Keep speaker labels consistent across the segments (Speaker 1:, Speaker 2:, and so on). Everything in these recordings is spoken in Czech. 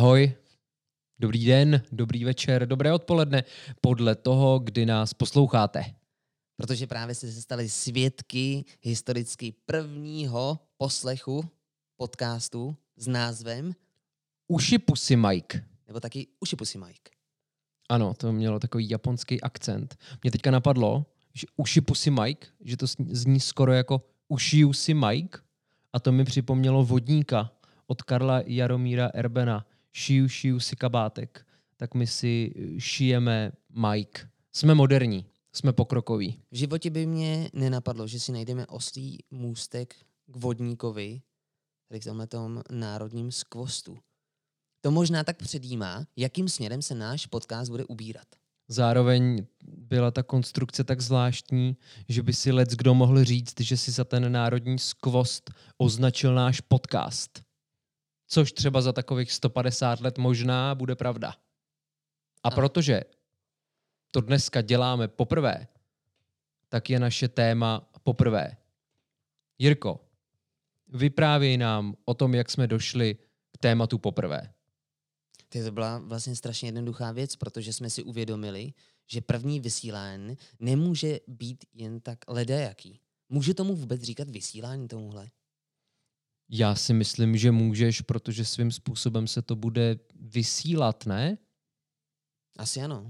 Speaker 1: Ahoj, dobrý den, dobrý večer, dobré odpoledne, podle toho, kdy nás posloucháte.
Speaker 2: Protože právě jste se stali svědky historicky prvního poslechu podcastu s názvem,
Speaker 1: Uši pusy Mike.
Speaker 2: nebo taky Uši pusy Mike.
Speaker 1: Ano, to mělo takový japonský akcent. Mě teďka napadlo, že Uši pusy Mike, že to zní skoro jako Ušiju si Mike a to mi připomnělo vodníka od Karla Jaromíra Erbena. Šiju si kabátek, tak my si šijeme Mike. Jsme moderní, jsme pokrokoví.
Speaker 2: V životě by mě nenapadlo, že si najdeme oslý můstek k vodníkovi, tady v tomhletom národním skvostu. To možná tak předjímá, jakým směrem se náš podcast bude ubírat.
Speaker 1: Zároveň byla ta konstrukce tak zvláštní, že by si kdo mohl říct, že si za ten národní skvost označil náš podcast. Což třeba za takových 150 let možná bude pravda. A protože to dneska děláme poprvé, tak je naše téma poprvé. Jirko, vyprávěj nám o tom, jak jsme došli k tématu poprvé.
Speaker 2: To byla vlastně strašně jednoduchá věc, protože jsme si uvědomili, že první vysílání nemůže být jen tak ledajaký. Může tomu vůbec říkat vysílání tomuhle?
Speaker 1: Já si myslím, že můžeš, protože svým způsobem se to bude vysílat, ne?
Speaker 2: Asi ano.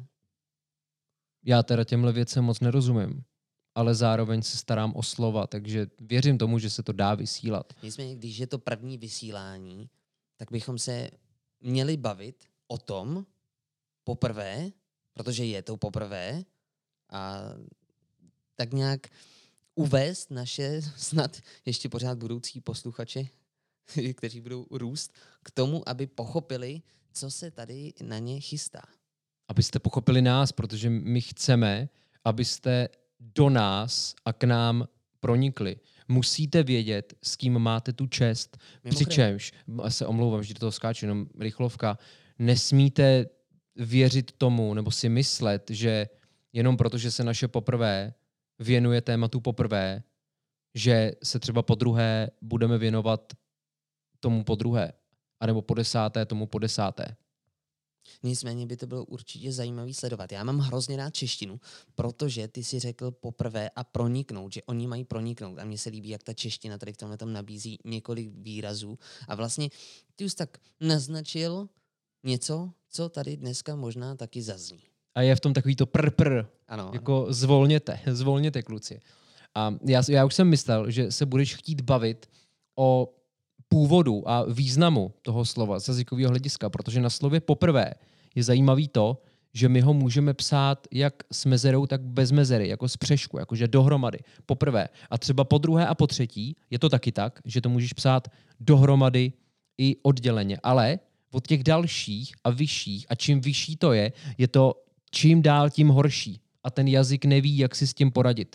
Speaker 1: Já teda těmhle věcem moc nerozumím, ale zároveň se starám o slova, takže věřím tomu, že se to dá vysílat.
Speaker 2: Nicméně, když je to první vysílání, tak bychom se měli bavit o tom poprvé, protože je to poprvé, a tak nějak uvést naše snad ještě pořád budoucí posluchače, kteří budou růst, k tomu, aby pochopili, co se tady na ně chystá.
Speaker 1: Abyste pochopili nás, protože my chceme, abyste do nás a k nám pronikli. Musíte vědět, s kým máte tu čest. Přičemž, se omlouvám, že do toho skáču, jenom rychlovka, nesmíte věřit tomu, nebo si myslet, že jenom proto, že se naše poprvé věnuje tématu poprvé, že se třeba po druhé budeme věnovat tomu po druhé, anebo po desáté tomu po desáté.
Speaker 2: Nicméně by to bylo určitě zajímavý sledovat. Já mám hrozně rád češtinu, protože ty si řekl poprvé a proniknout, že oni mají proniknout. A mně se líbí, jak ta čeština tady v tomhle tam nabízí několik výrazů. A vlastně ty už tak naznačil něco, co tady dneska možná taky zazní.
Speaker 1: A je v tom takový to
Speaker 2: Ano.
Speaker 1: Jako zvolněte kluci. A já už jsem myslel, že se budeš chtít bavit o původu a významu toho slova z jazykového hlediska, protože na slově poprvé je zajímavý to, že my ho můžeme psát jak s mezerou, tak bez mezery, jako z přešku, jakože dohromady, poprvé. A třeba po druhé a po třetí je to taky tak, že to můžeš psát dohromady i odděleně. Ale od těch dalších a vyšších, a čím vyšší to je to čím dál tím horší. A ten jazyk neví, jak si s tím poradit.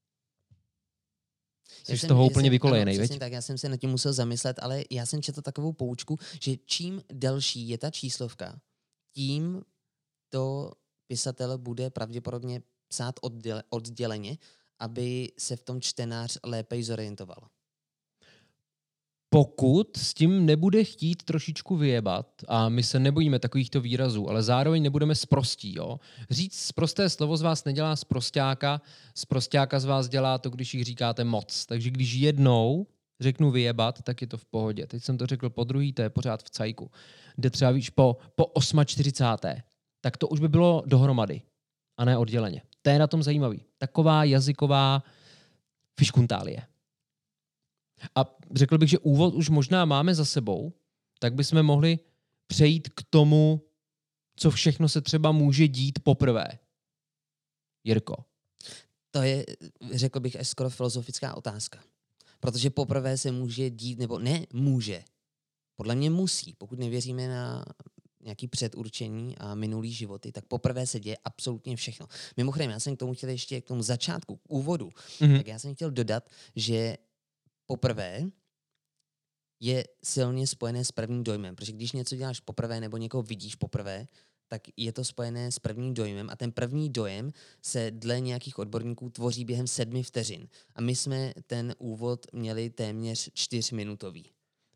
Speaker 1: Jsi z toho úplně vykolejenej, veď?
Speaker 2: Tak já jsem se nad tím musel zamyslet, ale já jsem četl takovou poučku, že čím delší je ta číslovka, tím to pisatel bude pravděpodobně psát odděleně, aby se v tom čtenář lépe zorientoval.
Speaker 1: Pokud s tím nebude chtít trošičku vyjebat, a my se nebojíme takovýchto výrazů, ale zároveň nebudeme sprostí. Jo? Říct sprosté slovo z vás nedělá sprosťáka z vás dělá to, když jich říkáte moc. Takže když jednou řeknu vyjebat, tak je to v pohodě. Teď jsem to řekl po druhý, to je pořád v cajku. Jde třeba víš po 48. Tak to už by bylo dohromady a ne odděleně. To je na tom zajímavý. Taková jazyková fiškuntálie. A řekl bych, že úvod už možná máme za sebou, tak bychom mohli přejít k tomu, co všechno se třeba může dít poprvé. Jirko.
Speaker 2: To je, řekl bych, až skoro filozofická otázka. Protože poprvé se může dít, nebo ne může. Podle mě musí. Pokud nevěříme na nějaký předurčení a minulý životy, tak poprvé se děje absolutně všechno. Mimochodem, já jsem k tomu chtěl ještě k tomu začátku, k úvodu, tak já jsem chtěl dodat, že poprvé je silně spojené s prvním dojmem, protože když něco děláš poprvé nebo někoho vidíš poprvé, tak je to spojené s prvním dojmem a ten první dojem se dle nějakých odborníků tvoří během 7 vteřin. A my jsme ten úvod měli téměř 4minutový.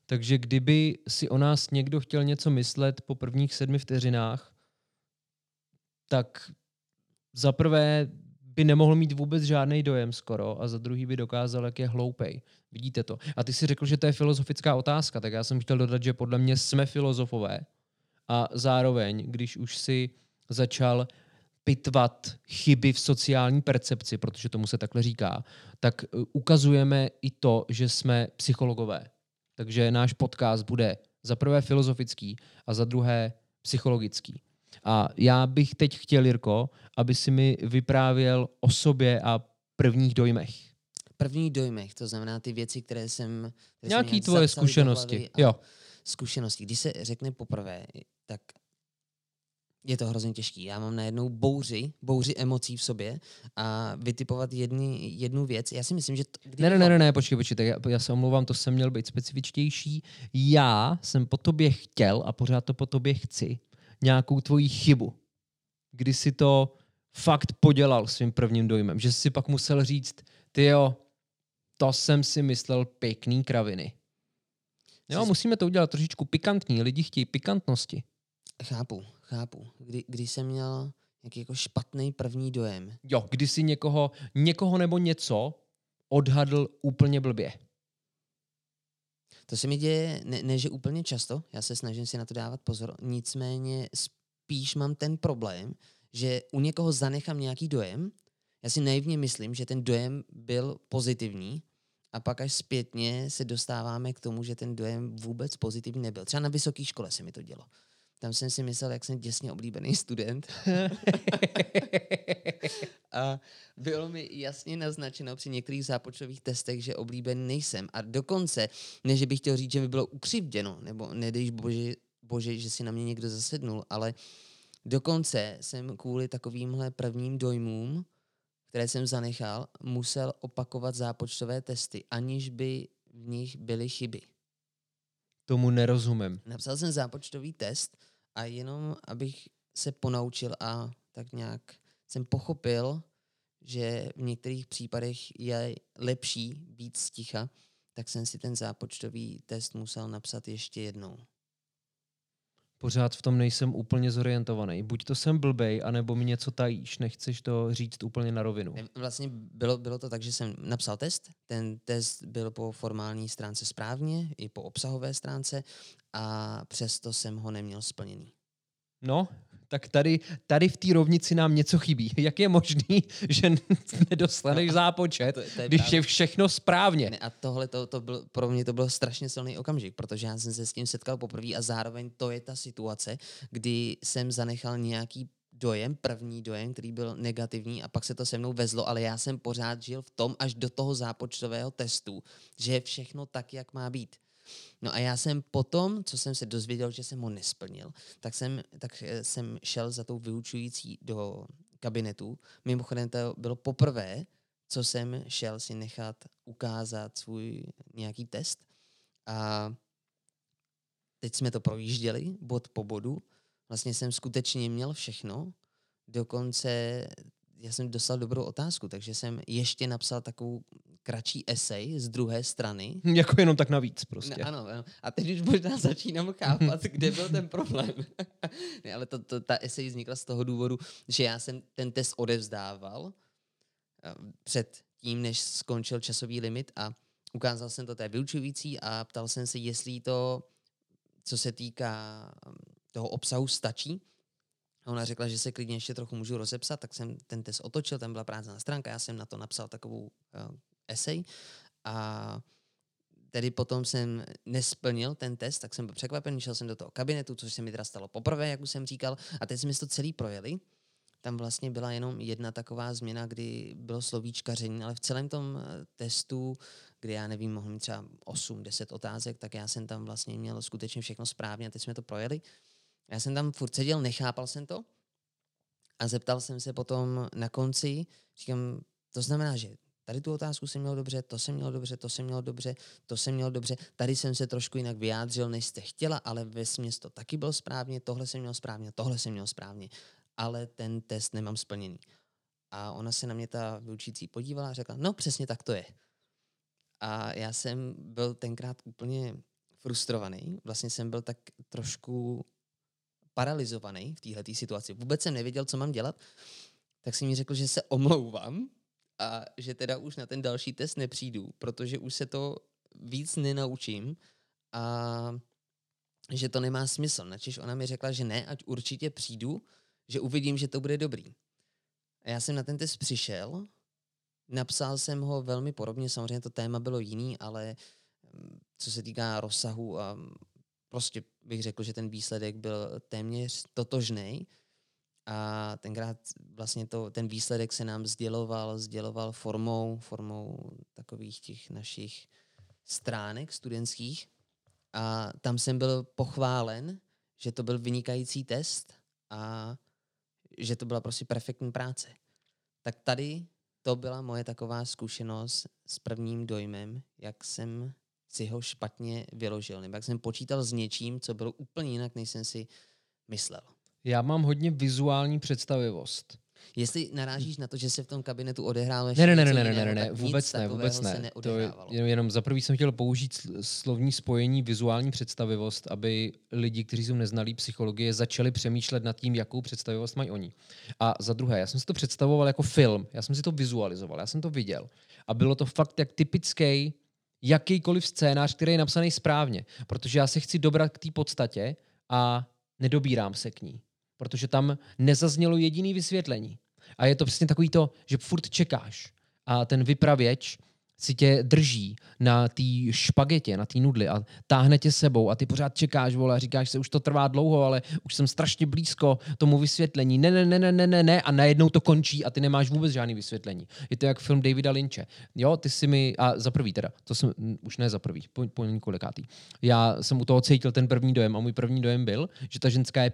Speaker 1: Takže kdyby si o nás někdo chtěl něco myslet po prvních 7 vteřinách, tak za prvé by nemohl mít vůbec žádný dojem skoro a za druhý by dokázal, jak je hloupej. Vidíte to. A ty si řekl, že to je filozofická otázka, tak já jsem chtěl dodat, že podle mě jsme filozofové a zároveň, když už si začal pitvat chyby v sociální percepci, protože tomu se takhle říká, tak ukazujeme i to, že jsme psychologové. Takže náš podcast bude za prvé filozofický a za druhé psychologický. A já bych teď chtěl, Jirko, aby si mi vyprávěl o sobě a prvních dojmech.
Speaker 2: Prvních dojmech, to znamená ty věci, které jsem...
Speaker 1: Nějaký tvoje zkušenosti. Jo.
Speaker 2: Zkušenosti. Když se řekne poprvé, tak je to hrozně těžký. Já mám najednou bouři emocí v sobě a vytipovat jednu věc. Já si myslím, že...
Speaker 1: Ne, počkej, tak já se omlouvám, to jsem měl být specifičtější. Já jsem po tobě chtěl a pořád to po tobě chci nějakou tvoji chybu, kdy si to fakt podělal svým prvním dojmem, že jsi pak musel říct, tyjo, to jsem si myslel pěkný kraviny. Jo, musíme to udělat trošičku pikantní, lidi chtějí pikantnosti.
Speaker 2: Chápu. Když jsem měl nějaký jako špatný první dojem.
Speaker 1: Jo, kdy si někoho nebo něco odhadl úplně blbě.
Speaker 2: To se mi děje, ne že úplně často, já se snažím si na to dávat pozor, nicméně spíš mám ten problém, že u někoho zanechám nějaký dojem, já si naivně myslím, že ten dojem byl pozitivní a pak až zpětně se dostáváme k tomu, že ten dojem vůbec pozitivní nebyl. Třeba na vysoké škole se mi to dělo. Tam jsem si myslel, jak jsem děsně oblíbený student. A bylo mi jasně naznačeno při některých zápočtových testech, že oblíbený nejsem. A dokonce, ne, že bych chtěl říct, že mi bylo ukřivděno, nebo nedejš bože, že si na mě někdo zasednul, ale dokonce jsem kvůli takovýmhle prvním dojmům, které jsem zanechal, musel opakovat zápočtové testy, aniž by v nich byly chyby.
Speaker 1: Tomu nerozumím.
Speaker 2: Napsal jsem zápočtový test a jenom abych se ponaučil a tak nějak jsem pochopil, že v některých případech je lepší být sticha, tak jsem si ten zápočtový test musel napsat ještě jednou.
Speaker 1: Pořád v tom nejsem úplně zorientovaný. Buď to jsem blbej, anebo mi něco tajíš, nechceš to říct úplně na rovinu.
Speaker 2: Vlastně bylo to tak, že jsem napsal test. Ten test byl po formální stránce správně, i po obsahové stránce a přesto jsem ho neměl splněný.
Speaker 1: No, tak tady v té rovnici nám něco chybí. Jak je možný, že nedostaneš zápočet, když je všechno správně?
Speaker 2: Ne, a tohle to byl, pro mě to byl strašně silný okamžik, protože já jsem se s tím setkal poprvé a zároveň to je ta situace, kdy jsem zanechal nějaký dojem, první dojem, který byl negativní a pak se to se mnou vezlo, ale já jsem pořád žil v tom až do toho zápočtového testu, že je všechno tak, jak má být. No a já jsem potom, co jsem se dozvěděl, že jsem ho nesplnil, tak jsem šel za tou vyučující do kabinetu. Mimochodem to bylo poprvé, co jsem šel si nechat ukázat svůj nějaký test. A teď jsme to projížděli bod po bodu. Vlastně jsem skutečně měl všechno. Dokonce já jsem dostal dobrou otázku, takže jsem ještě napsal takovou kratší esej z druhé strany.
Speaker 1: Jako jenom tak navíc prostě.
Speaker 2: No, ano. A teď už možná začínám chápat, kde byl ten problém. Ne, ale ta esej vznikla z toho důvodu, že já jsem ten test odevzdával před tím, než skončil časový limit a ukázal jsem to té vyučující a ptal jsem se, jestli to, co se týká toho obsahu, stačí. A ona řekla, že se klidně ještě trochu můžu rozepsat, tak jsem ten test otočil, tam byla prázdná stránka, já jsem na to napsal takovou esej a tedy potom jsem nesplnil ten test, tak jsem byl překvapený, šel jsem do toho kabinetu, což se mi teda stalo poprvé, jak už jsem říkal, a teď jsme to celý projeli. Tam vlastně byla jenom jedna taková změna, kdy bylo slovíčkaření, ale v celém tom testu, kdy já nevím, mohl mít třeba 8-10 otázek, tak já jsem tam vlastně měl skutečně všechno správně a teď jsme to projeli. Já jsem tam furt seděl, nechápal jsem to a zeptal jsem se potom na konci, říkám, to znamená, že tady tu otázku jsem měl dobře, to jsem měl dobře, to jsem měl dobře, to jsem měl dobře, tady jsem se trošku jinak vyjádřil, než jste chtěla, ale vesměs to taky bylo správně, tohle jsem měl správně, tohle jsem měl správně, ale ten test nemám splněný. A ona se na mě ta vyučící podívala a řekla, no přesně tak to je. A já jsem byl tenkrát úplně frustrovaný. Vlastně jsem byl tak trošku paralizovaný v této situaci. Vůbec jsem nevěděl, co mám dělat. Tak si mi řekl, že se omlouvám a že teda už na ten další test nepřijdu, protože už se to víc nenaučím a že to nemá smysl. Načež ona mi řekla, že ne, ať určitě přijdu, že uvidím, že to bude dobrý. A já jsem na ten test přišel, napsal jsem ho velmi podobně, samozřejmě to téma bylo jiný, ale co se týká rozsahu, prostě bych řekl, že ten výsledek byl téměř totožný. A tenkrát vlastně ten výsledek se nám sděloval formou takových těch našich stránek studentských. A tam jsem byl pochválen, že to byl vynikající test a že to byla prostě perfektní práce. Tak tady to byla moje taková zkušenost s prvním dojmem, jak jsem si ho špatně vyložil, nebo jak jsem počítal s něčím, co bylo úplně jinak, než jsem si myslel.
Speaker 1: Já mám hodně vizuální představivost.
Speaker 2: Jestli narážíš na to, že se v tom kabinetu odehrálo
Speaker 1: Ne, vůbec ne. To jenom za prvý jsem chtěl použít slovní spojení vizuální představivost, aby lidi, kteří jsou neznalí psychologie, začali přemýšlet nad tím, jakou představivost mají oni. A za druhé, já jsem si to představoval jako film, já jsem si to vizualizoval, já jsem to viděl. A bylo to fakt jak typický jakýkoliv scénář, který je napsaný správně, protože já se chci dobrat k té podstatě a nedobírám se k ní. Protože tam nezaznělo jediný vysvětlení. A je to přesně takový to, že furt čekáš a ten vypravěč si tě drží na té špagetě, na té nudli a táhne tě sebou a ty pořád čekáš, vole, a říkáš se, už to trvá dlouho, ale už jsem strašně blízko tomu vysvětlení. Ne a najednou to končí a ty nemáš vůbec žádný vysvětlení. Je to jak film Davida Lynche. Jo, ty si mi, a za prvý teda, to jsem, už ne za prvý, po několikátý. Já jsem u toho cítil ten první dojem a můj první dojem byl, že ta ženská je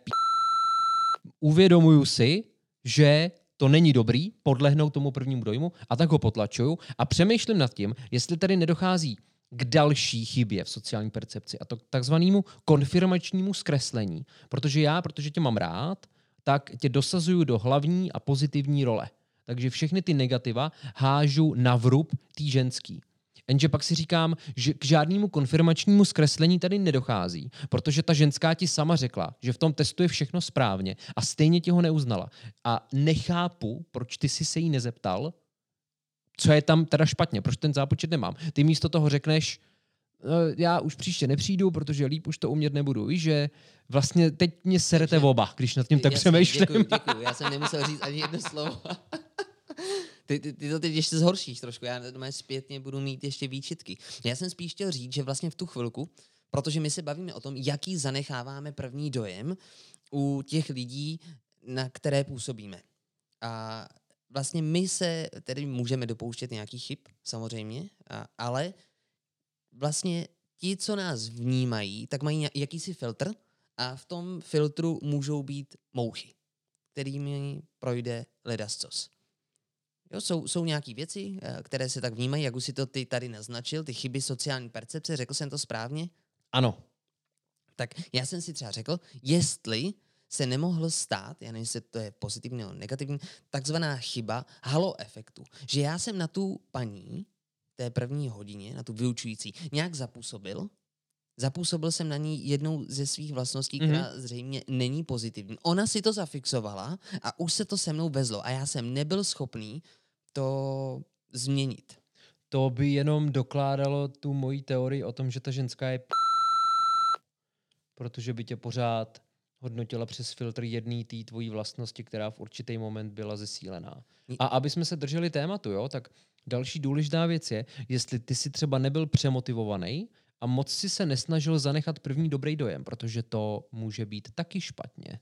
Speaker 1: Uvědomuju si, že to není dobrý, podlehnout tomu prvnímu dojmu a tak ho potlačuju a přemýšlím nad tím, jestli tady nedochází k další chybě v sociální percepci a to k takzvanému konfirmačnímu zkreslení. Protože tě mám rád, tak tě dosazuju do hlavní a pozitivní role. Takže všechny ty negativa hážu na vrub tý ženský. Jenže pak si říkám, že k žádnému konfirmačnímu zkreslení tady nedochází, protože ta ženská ti sama řekla, že v tom testu je všechno správně a stejně ti ho neuznala. A nechápu, proč ty jsi se jí nezeptal, co je tam teda špatně, proč ten zápočet nemám. Ty místo toho řekneš, já už příště nepřijdu, protože líp už to umět nebudu. Víš, že vlastně teď mě serete oba, když nad tím tak přemýšlím.
Speaker 2: Děkuju. Já jsem nemusel říct ani jedno slovo. Ty to teď ještě zhoršíš trošku, já zpětně budu mít ještě výčitky. Já jsem spíš chtěl říct, že vlastně v tu chvilku, protože my se bavíme o tom, jaký zanecháváme první dojem u těch lidí, na které působíme. A vlastně my se tedy můžeme dopouštět nějakých chyb, samozřejmě, ale vlastně ti, co nás vnímají, tak mají jakýsi filtr a v tom filtru můžou být mouchy, kterými projde ledascos. Jo, jsou nějaké věci, které se tak vnímají, jak už si to ty tady naznačil, ty chyby sociální percepce, řekl jsem to správně?
Speaker 1: Ano.
Speaker 2: Tak já jsem si třeba řekl, jestli se nemohl stát, já nevím, jestli to je pozitivní nebo negativní, takzvaná chyba halo efektu. Že já jsem na tu paní té první hodině, na tu vyučující, nějak Zapůsobil jsem na ní jednou ze svých vlastností, která zřejmě není pozitivní. Ona si to zafixovala a už se to se mnou vezlo a já jsem nebyl schopný to změnit.
Speaker 1: To by jenom dokládalo tu moji teorii o tom, že ta ženská je protože by tě pořád hodnotila přes filtr jedný té tvojí vlastnosti, která v určitý moment byla zesílená. A aby jsme se drželi tématu, jo, tak další důležitá věc je, jestli ty si třeba nebyl přemotivovaný a moc si se nesnažil zanechat první dobrý dojem, protože to může být taky špatně.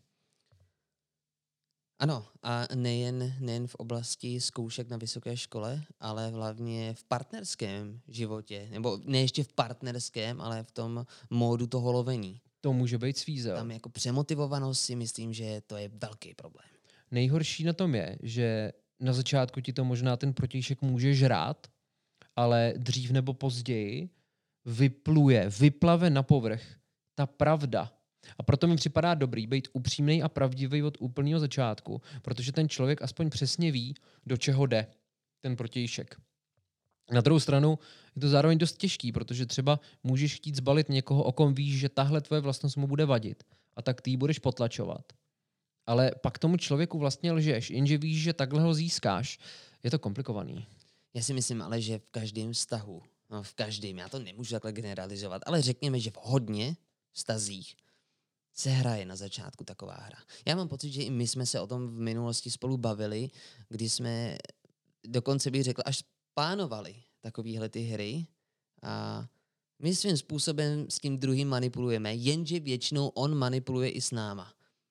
Speaker 2: Ano, a nejen v oblasti zkoušek na vysoké škole, ale hlavně v partnerském životě. Nebo ne ještě v partnerském, ale v tom módu toho lovení.
Speaker 1: To může být svízel.
Speaker 2: Tam jako přemotivovanost si myslím, že to je velký problém.
Speaker 1: Nejhorší na tom je, že na začátku ti to možná ten protějšek může žrát, ale dřív nebo později vyplave na povrch ta pravda. A proto mi připadá dobrý být upřímný a pravdivý od úplného začátku, protože ten člověk aspoň přesně ví, do čeho jde ten protějšek. Na druhou stranu je to zároveň dost těžký, protože třeba můžeš chtít zbalit někoho, o kom víš, že tahle tvoje vlastnost mu bude vadit a tak ty ji budeš potlačovat. Ale pak tomu člověku vlastně lžeš, jenže víš, že takhle ho získáš. Je to komplikovaný.
Speaker 2: Já si myslím ale, že v každém vztahu, no v každém, já to nemůžu takhle generalizovat, ale řekněme, že v hodně vztazích se hraje na začátku taková hra. Já mám pocit, že i my jsme se o tom v minulosti spolu bavili, kdy jsme dokonce bych řekl, až plánovali takovéhle ty hry a my svým způsobem s tím druhým manipulujeme, jenže většinou on manipuluje i s náma.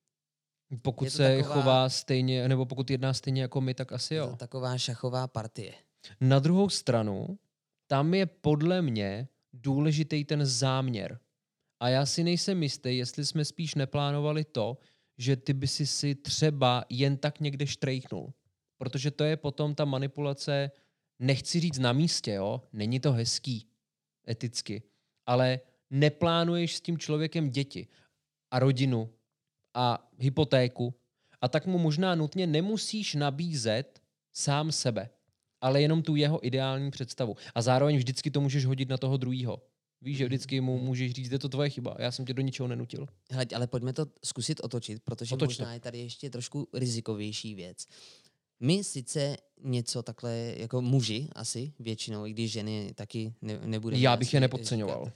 Speaker 1: Pokud se chová stejně, nebo pokud jedná stejně jako my, tak asi jo.
Speaker 2: Je to taková šachová partie.
Speaker 1: Na druhou stranu, tam je podle mě důležitý ten záměr. A já si nejsem jistý, jestli jsme spíš neplánovali to, že ty by si třeba jen tak někde štrejchnul. Protože to je potom ta manipulace, nechci říct na místě, jo? Není to hezký eticky, ale neplánuješ s tím člověkem děti a rodinu a hypotéku a tak mu možná nutně nemusíš nabízet sám sebe, ale jenom tu jeho ideální představu. A zároveň vždycky to můžeš hodit na toho druhýho. Víš, že vždycky mu můžeš říct, je to tvoje chyba, já jsem tě do ničeho nenutil.
Speaker 2: Hele, ale pojďme to zkusit otočit, protože možná je tady ještě trošku rizikovější věc. My sice něco takhle, jako muži asi většinou, i když ženy taky nebudeme...
Speaker 1: Já bych je nepodceňoval.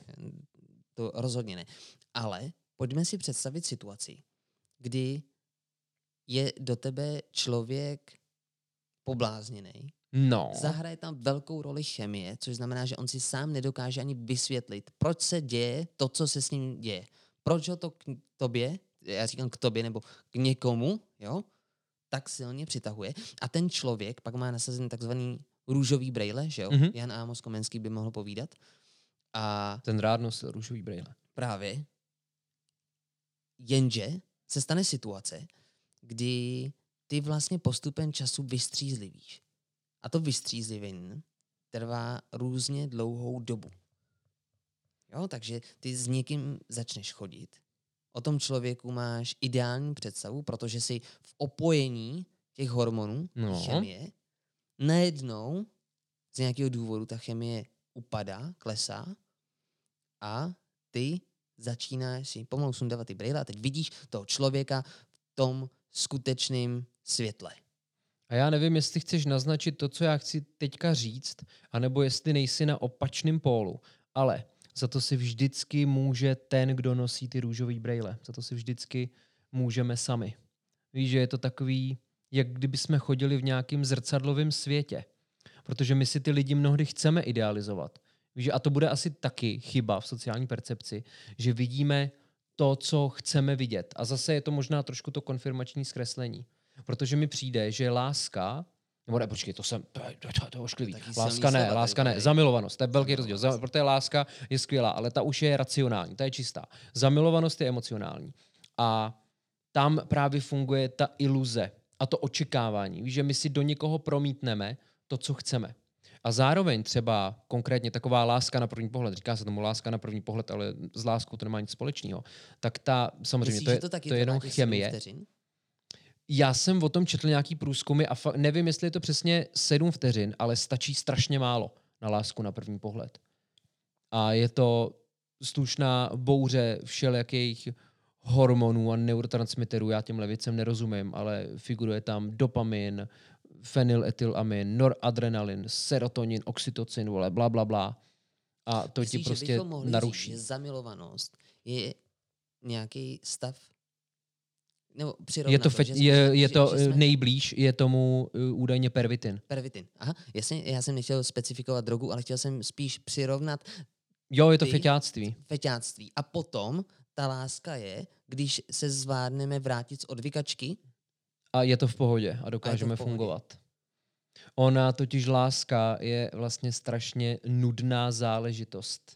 Speaker 2: To rozhodně ne. Ale pojďme si představit situaci, kdy je do tebe člověk poblázněnej,
Speaker 1: no.
Speaker 2: Zahraje tam velkou roli chemie, což znamená, že on si sám nedokáže ani vysvětlit, proč se děje to, co se s ním děje. Proč ho to k tobě, já říkám k tobě nebo k někomu, jo, tak silně přitahuje. A ten člověk pak má nasazený takzvaný růžový brejle, že jo? Mm-hmm. Jan Amos Komenský by mohl povídat. A
Speaker 1: ten rád nosil růžový brejle.
Speaker 2: Právě. Jenže se stane situace, kdy ty vlastně postupem času vystřízlivíš. A to vystřízlivění trvá různě dlouhou dobu. Jo, takže ty s někým začneš chodit. O tom člověku máš ideální představu, protože jsi v opojení těch hormonů, chemie. Najednou z nějakého důvodu ta chemie upadá, klesá a ty začínáš si pomalu sundávat ty brýle a teď vidíš toho člověka v tom skutečném světle.
Speaker 1: A já nevím, jestli chceš naznačit to, co já chci teďka říct, anebo jestli nejsi na opačném pólu. Ale za to si vždycky může ten, kdo nosí ty růžový brejle. Za to si vždycky můžeme sami. Víš, že je to takový, jak kdyby jsme chodili v nějakém zrcadlovém světě. Protože my si ty lidi mnohdy chceme idealizovat. Víš, a to bude asi taky chyba v sociální percepci, že vidíme to, co chceme vidět. A zase je to možná trošku to konfirmační zkreslení. Protože mi přijde, že láska, nebo ne, počkej, to je ošklivý. Láska ne, zamilovanost, to je velký rozdíl. Protože láska je skvělá, ale ta už je racionální, ta je čistá. Zamilovanost je emocionální. A tam právě funguje ta iluze a to očekávání. Víš, že my si do někoho promítneme to, co chceme. A zároveň třeba konkrétně taková láska na první pohled, říká se tomu láska na první pohled, ale s láskou to nemá nic společného, tak ta samozřejmě,
Speaker 2: myslíš,
Speaker 1: to je jenom chemie. Já jsem o tom četl nějaký průzkumy a nevím, jestli je to přesně 7 vteřin, ale stačí strašně málo na lásku na první pohled. A je to slušná bouře všelijakých hormonů a neurotransmiterů. Já těmhle věcem nerozumím, ale figuruje tam dopamin, fenyletylamin, noradrenalin, serotonin, oxytocin, vole, bla, bla, bla. A to ti prostě naruší.
Speaker 2: Říct, že zamilovanost je nějaký stav, nebo
Speaker 1: je to nejblíž, je tomu údajně pervitin.
Speaker 2: Pervitin, aha. Já jsem nechtěl specifikovat drogu, ale chtěl jsem spíš přirovnat.
Speaker 1: Jo, je to feťáctví.
Speaker 2: Feťáctví. A potom ta láska je, když se zvládneme vrátit z odvykačky.
Speaker 1: A je to v pohodě a dokážeme fungovat. Ona totiž láska je vlastně strašně nudná záležitost.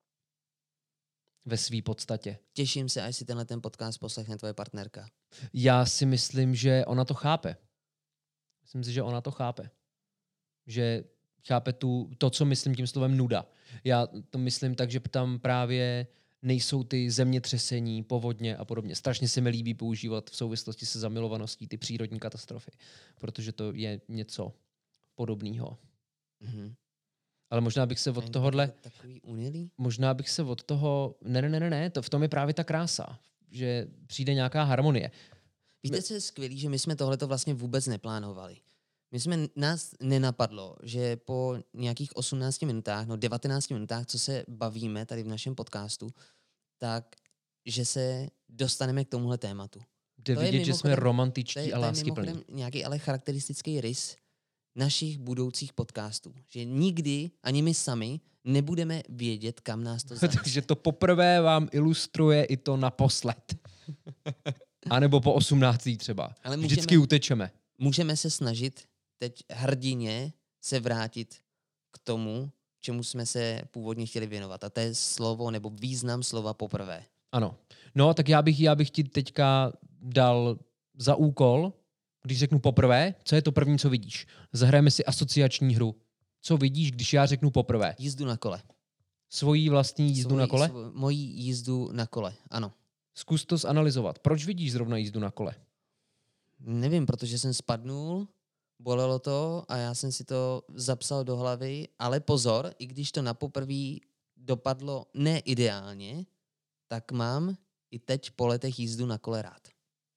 Speaker 1: Ve své podstatě.
Speaker 2: Těším se, až si ten podcast poslechne tvoje partnerka.
Speaker 1: Já si myslím, že ona to chápe. Myslím si, že ona to chápe. Že chápe to, co myslím tím slovem nuda. Já to myslím tak, že tam právě nejsou ty zemětřesení, povodně a podobně. Strašně se mi líbí používat v souvislosti se zamilovaností ty přírodní katastrofy, protože to je něco podobného.
Speaker 2: Mm-hmm.
Speaker 1: Ale možná bych se od tohohle...
Speaker 2: Takový unilý?
Speaker 1: Možná bych se od toho... Ne, to v tom je právě ta krása, že přijde nějaká harmonie.
Speaker 2: Víte, co je skvělý, že my jsme tohleto vlastně vůbec neplánovali. Nás nenapadlo, že po nějakých 18 minutách, 19 minutách, co se bavíme tady v našem podcastu, tak, že se dostaneme k tomuhle tématu.
Speaker 1: Jde vidět, že jsme romantičtí a láskyplní.
Speaker 2: To je nějaký ale charakteristický rys našich budoucích podcastů. Že nikdy, ani my sami, nebudeme vědět, kam nás to zanese.
Speaker 1: Takže to poprvé vám ilustruje i to naposled. A nebo po 18. třeba. Ale vždycky utečeme.
Speaker 2: Můžeme se snažit teď hrdině se vrátit k tomu, čemu jsme se původně chtěli věnovat. A to je slovo nebo význam slova poprvé.
Speaker 1: Ano. No, tak já bych ti teďka dal za úkol, když řeknu poprvé, co je to první, co vidíš. Zahrajeme si asociační hru. Co vidíš, když já řeknu poprvé?
Speaker 2: Jízdu na kole.
Speaker 1: Svoji vlastní jízdu na kole?
Speaker 2: Moji jízdu na kole, ano.
Speaker 1: Zkus to zanalyzovat. Proč vidíš zrovna jízdu na kole?
Speaker 2: Nevím, protože jsem spadnul, bolelo to a já jsem si to zapsal do hlavy, ale pozor, i když to napoprvé dopadlo neideálně, tak mám i teď po letech jízdu na kole rád.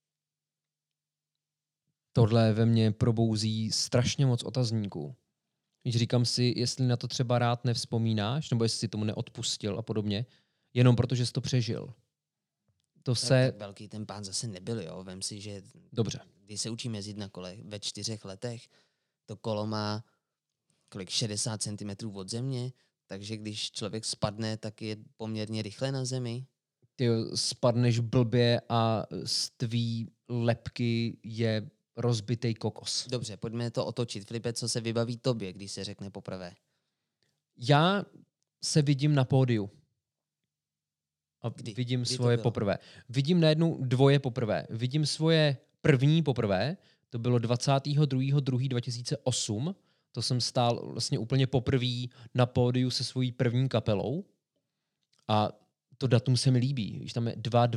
Speaker 1: Tohle ve mně probouzí strašně moc otazníků. Když říkám si, jestli na to třeba rád nevzpomínáš, nebo jestli si tomu neodpustil a podobně, jenom protože jsi to přežil.
Speaker 2: Tak velký ten pán zase nebyl, jo. Vem si, že
Speaker 1: dobře.
Speaker 2: Když se učíme jezdit na kole ve 4 letech, to kolo má 60 cm od země, takže když člověk spadne, tak je poměrně rychle na zemi.
Speaker 1: Ty spadneš blbě a z tvý lebky je rozbitej kokos.
Speaker 2: Dobře, pojďme to otočit. Filipe, co se vybaví tobě, když se řekne poprvé?
Speaker 1: Já se vidím na pódiu. A vidím
Speaker 2: Kdy
Speaker 1: svoje poprvé. Vidím najednou dvoje poprvé. Vidím svoje první poprvé, to bylo 22.2.2008. To jsem stál vlastně úplně poprvé na pódiu se svojí první kapelou. A to datum se mi líbí. Víš, tam je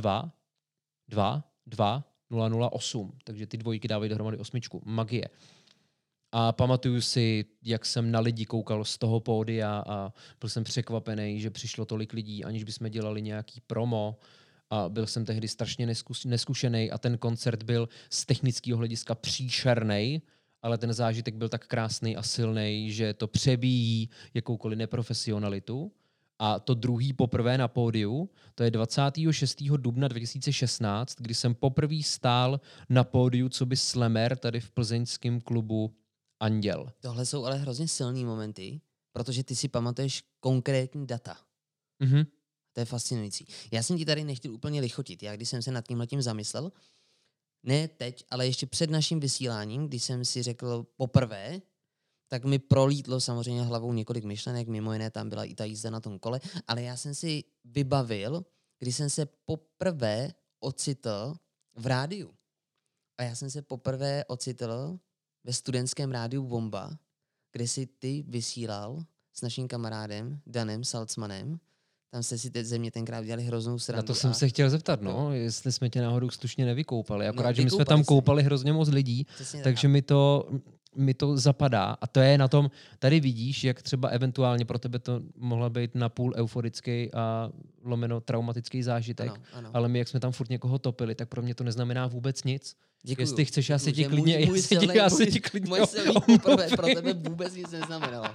Speaker 1: 2.2.2.008. Takže ty dvojky dávají dohromady 8. Magie. A pamatuju si, jak jsem na lidi koukal z toho pódia a byl jsem překvapený, že přišlo tolik lidí, aniž bychom dělali nějaký promo. A byl jsem tehdy strašně neskušený a ten koncert byl z technického hlediska příšernej, ale ten zážitek byl tak krásný a silný, že to přebíjí jakoukoliv neprofesionalitu. A to druhý poprvé na pódiu, to je 26. dubna 2016, kdy jsem poprvé stál na pódiu coby slamer tady v plzeňském klubu Anděl.
Speaker 2: Tohle jsou ale hrozně silný momenty, protože ty si pamatuješ konkrétní data.
Speaker 1: Mhm.
Speaker 2: To je fascinující. Já jsem ti tady nechtěl úplně lichotit. Já když jsem se nad tímhletím zamyslel, ne teď, ale ještě před naším vysíláním, když jsem si řekl poprvé, tak mi prolítlo samozřejmě hlavou několik myšlenek, mimo jiné tam byla i ta jízda na tom kole, ale já jsem si vybavil, když jsem se poprvé ocitl v rádiu. A já jsem se poprvé ocitl ve studentském rádiu Bomba, kde si ty vysílal s naším kamarádem Danem Salcmanem. Tam jste si ze mě tenkrát udělali hroznou srandu.
Speaker 1: Na to jsem se chtěl zeptat, jestli jsme tě náhodou slušně nevykoupali. Akorát, že my jsme tam koupali hrozně moc lidí, takže mi to zapadá. A to je na tom, tady vidíš, jak třeba eventuálně pro tebe to mohla být napůl euforický a lomeno traumatický zážitek.
Speaker 2: Ano.
Speaker 1: Ale my, jak jsme tam furt někoho topili, tak pro mě to neznamená vůbec nic.
Speaker 2: Děkuju.
Speaker 1: Jestli chceš, já si ti klidně...
Speaker 2: Moje silný poprvé pro tebe vůbec nic neznamenalo.